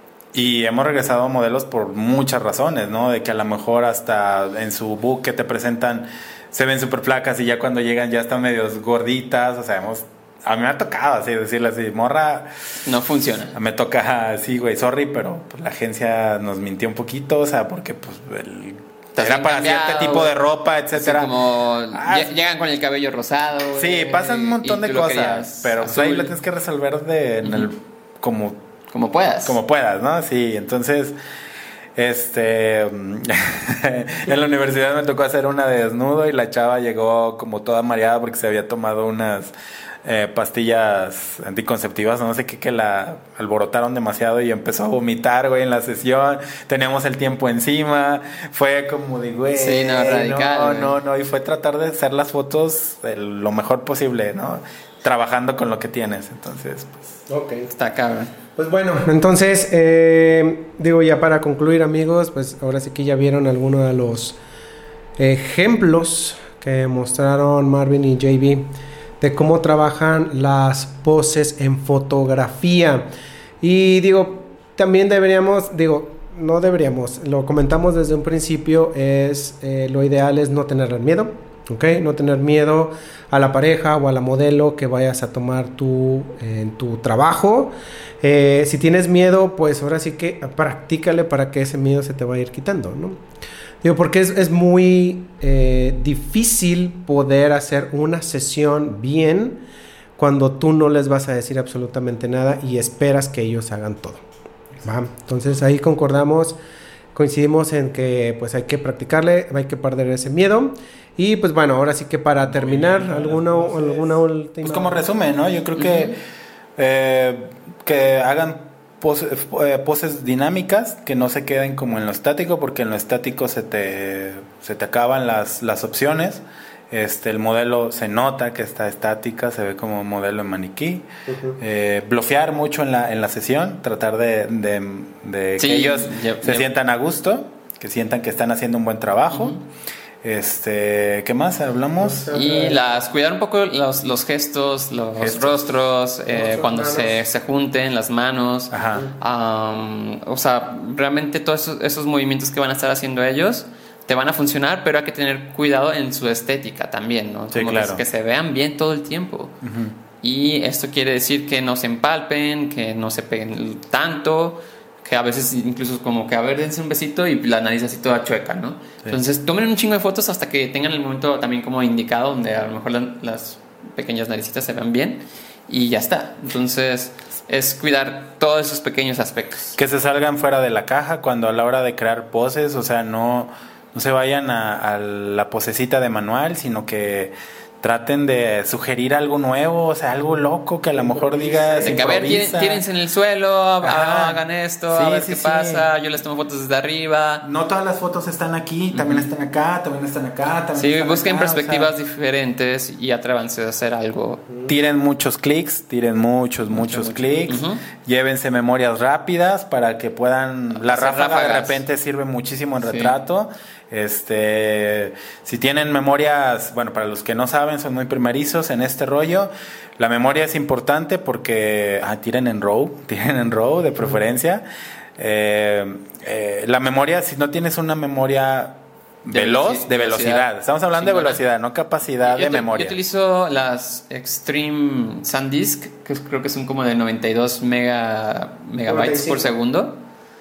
Y hemos regresado modelos por muchas razones, ¿no? De que a lo mejor hasta en su book que te presentan se ven súper flacas y ya cuando llegan ya están medios gorditas. O sea, hemos, a mí me ha tocado así decirle así, morra, No funciona. me toca así, güey, sorry, pero pues, la agencia nos mintió un poquito, o sea, porque pues el, Estás era bien para cambiado, cierto tipo de ropa, Así etcétera. como Ah, lle- llegan con el cabello rosado. Sí, güey, pasan un montón y de tú lo cosas, querías pero pues, ahí azul, lo tienes que resolver de, en el, como como puedas. como puedas, ¿no? Sí, entonces, este, en la universidad me tocó hacer una de desnudo y la chava llegó como toda mareada porque se había tomado unas, eh, pastillas anticonceptivas, no sé qué, que la alborotaron demasiado y empezó a vomitar, güey, en la sesión. Teníamos el tiempo encima. Fue como de, güey, sí, no, radical, no, no, no. Y fue tratar de hacer las fotos de lo mejor posible, ¿no? Trabajando con lo que tienes. Entonces, pues. Ok. Está cabrón. Pues bueno, entonces, eh, digo, ya para concluir, amigos, pues ahora sí que ya vieron algunos de los ejemplos que mostraron Marvin y J B de cómo trabajan las poses en fotografía. Y digo, también deberíamos, digo, no deberíamos, lo comentamos desde un principio, es eh, lo ideal es no tener miedo, ¿ok? No tener miedo a la pareja o a la modelo que vayas a tomar tú eh, en tu trabajo. Eh, si tienes miedo, pues ahora sí que practícale para que ese miedo se te vaya a ir quitando, ¿no? Digo, porque es, es muy eh, difícil poder hacer una sesión bien cuando tú no les vas a decir absolutamente nada y esperas que ellos hagan todo, ¿va? Entonces ahí concordamos, coincidimos en que pues hay que practicarle, hay que perder ese miedo. Y pues bueno, ahora sí que para terminar, alguna, alguna última... Pues como resumen, ¿no? Yo creo que, uh-huh. eh, que hagan pose, eh, poses dinámicas, que no se queden como en lo estático, porque en lo estático se te, se te acaban las, las opciones. Este, el modelo se nota que está estática, se ve como modelo en maniquí. Uh-huh. Eh, blofear mucho en la, en la sesión, tratar de, de, de sí, que ellos yeah, se yeah. sientan a gusto, que sientan que están haciendo un buen trabajo. Uh-huh. Este, ¿qué más hablamos? Y las cuidar un poco los, los gestos, los gestos. rostros, eh, cuando se, se junten las manos. Ajá. Um, o sea, realmente todos esos, esos movimientos que van a estar haciendo ellos te van a funcionar, pero hay que tener cuidado en su estética también, ¿no? Sí, como claro. que, que se vean bien todo el tiempo. Uh-huh. Y esto quiere decir que no se empalpen, que no se peguen tanto, que a veces incluso como que a ver, dense un besito y la nariz así toda chueca, ¿no? Sí. Entonces tomen un chingo de fotos hasta que tengan el momento también como indicado, donde a lo mejor la, las pequeñas naricitas se vean bien y ya está. Entonces es cuidar todos esos pequeños aspectos. Que se salgan fuera de la caja cuando a la hora de crear poses, o sea, no, no se vayan a, a la posecita de manual, sino que traten de sugerir algo nuevo, o sea, algo loco que a lo mejor digas. De que a ver, tírense en el suelo, ah, hagan esto, sí, a ver sí, qué sí. pasa. Yo les tomo fotos desde arriba. No todas las fotos están aquí, también uh-huh. están acá, también están acá. También sí, están busquen acá, perspectivas o sea, diferentes y atrévanse a hacer algo. Tiren muchos clics, tiren muchos, mucho, muchos mucho. clics. Uh-huh. Llévense memorias rápidas para que puedan. La ráfaga ráfagas. de repente sirve muchísimo en sí. retrato. Este, si tienen memorias, bueno, para los que no saben, son muy primerizos en este rollo. La memoria es importante porque ah, tiren en RAW, tiren en RAW de preferencia. Eh, eh, la memoria, si no tienes una memoria veloz, de velocidad, estamos hablando sí, de velocidad, no capacidad yo de te, memoria. Yo utilizo las Extreme SanDisk, que creo que son como de noventa y dos mega, megabytes por segundo.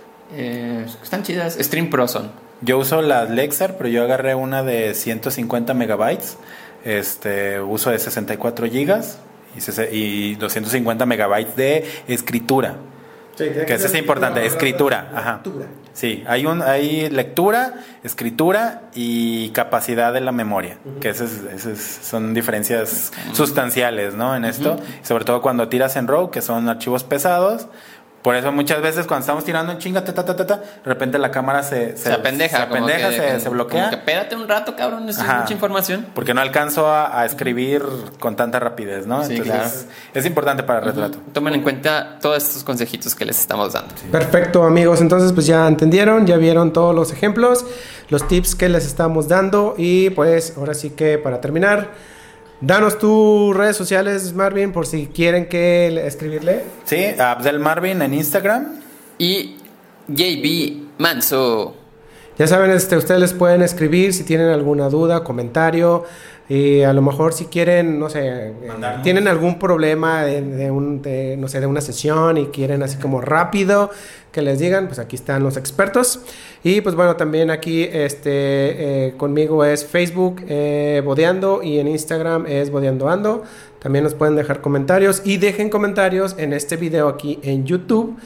Eh, están chidas. Extreme Pro son. Yo uso las Lexar, pero yo agarré una de ciento cincuenta megabytes. Este, uso de sesenta y cuatro gigas y, y doscientos cincuenta megabytes de escritura. Sí, que eso es importante, no, escritura. Ajá. Sí, hay un hay lectura, escritura y capacidad de la memoria, uh-huh. que esas, esas son diferencias uh-huh. sustanciales, ¿no? En esto, uh-huh. sobre todo cuando tiras en RAW, que son archivos pesados. Por eso muchas veces cuando estamos tirando en chinga, ta, ta, ta, ta, ta, de repente la cámara se, se, se apendeja, se, apendeja, que, se, como, se bloquea. Como que espérate un rato, cabrón, eso Ajá, es mucha información. Porque no alcanzo a, a escribir con tanta rapidez, ¿no? Sí, Entonces, claro. es importante para el retrato. Uh-huh. Tomen en cuenta todos estos consejitos que les estamos dando. Sí. Perfecto, amigos. Entonces, pues ya entendieron, ya vieron todos los ejemplos, los tips que les estamos dando. Y pues, ahora sí que para terminar, danos tus redes sociales, Marvin, por si quieren que escribirle. Sí, Abdel Marvin en Instagram. Y J B Manso. Ya saben, este, ustedes les pueden escribir si tienen alguna duda, comentario. Y a lo mejor si quieren, no sé, Mandarnos. tienen algún problema de, de, un, de, no sé, de una sesión y quieren así como rápido que les digan, pues aquí están los expertos. Y pues bueno, también aquí este eh, conmigo es Facebook eh, Bodeando y en Instagram es Bodeando Ando. También nos pueden dejar comentarios y dejen comentarios en este video aquí en YouTube.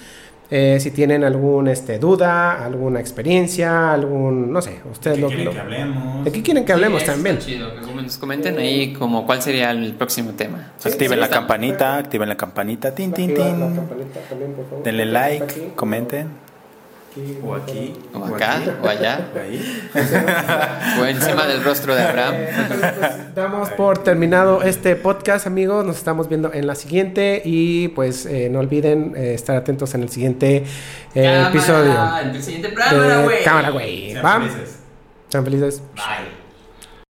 Eh, si tienen alguna este, duda, alguna experiencia, algún, no sé, ustedes ¿De lo qué quieren lo- que hablemos? ¿De qué quieren que hablemos Sí, eso también? está chido, que nos comenten ahí como cuál sería el próximo tema. Activen Sí, la está- campanita, activen la campanita, tin, tin, Activa la tin. campanita también, por favor. Denle Aquí, like, aquí, comenten. aquí, O aquí. O acá, o allá, Ahí. o encima del rostro de Abraham. Eh, entonces, pues, damos por terminado este podcast, amigos. Nos estamos viendo en la siguiente. Y pues eh, no olviden eh, estar atentos en el siguiente eh, Cámara, episodio. en el siguiente de cámara, güey. Cámara, güey. Sean ¿Va? felices. Sean felices. Bye.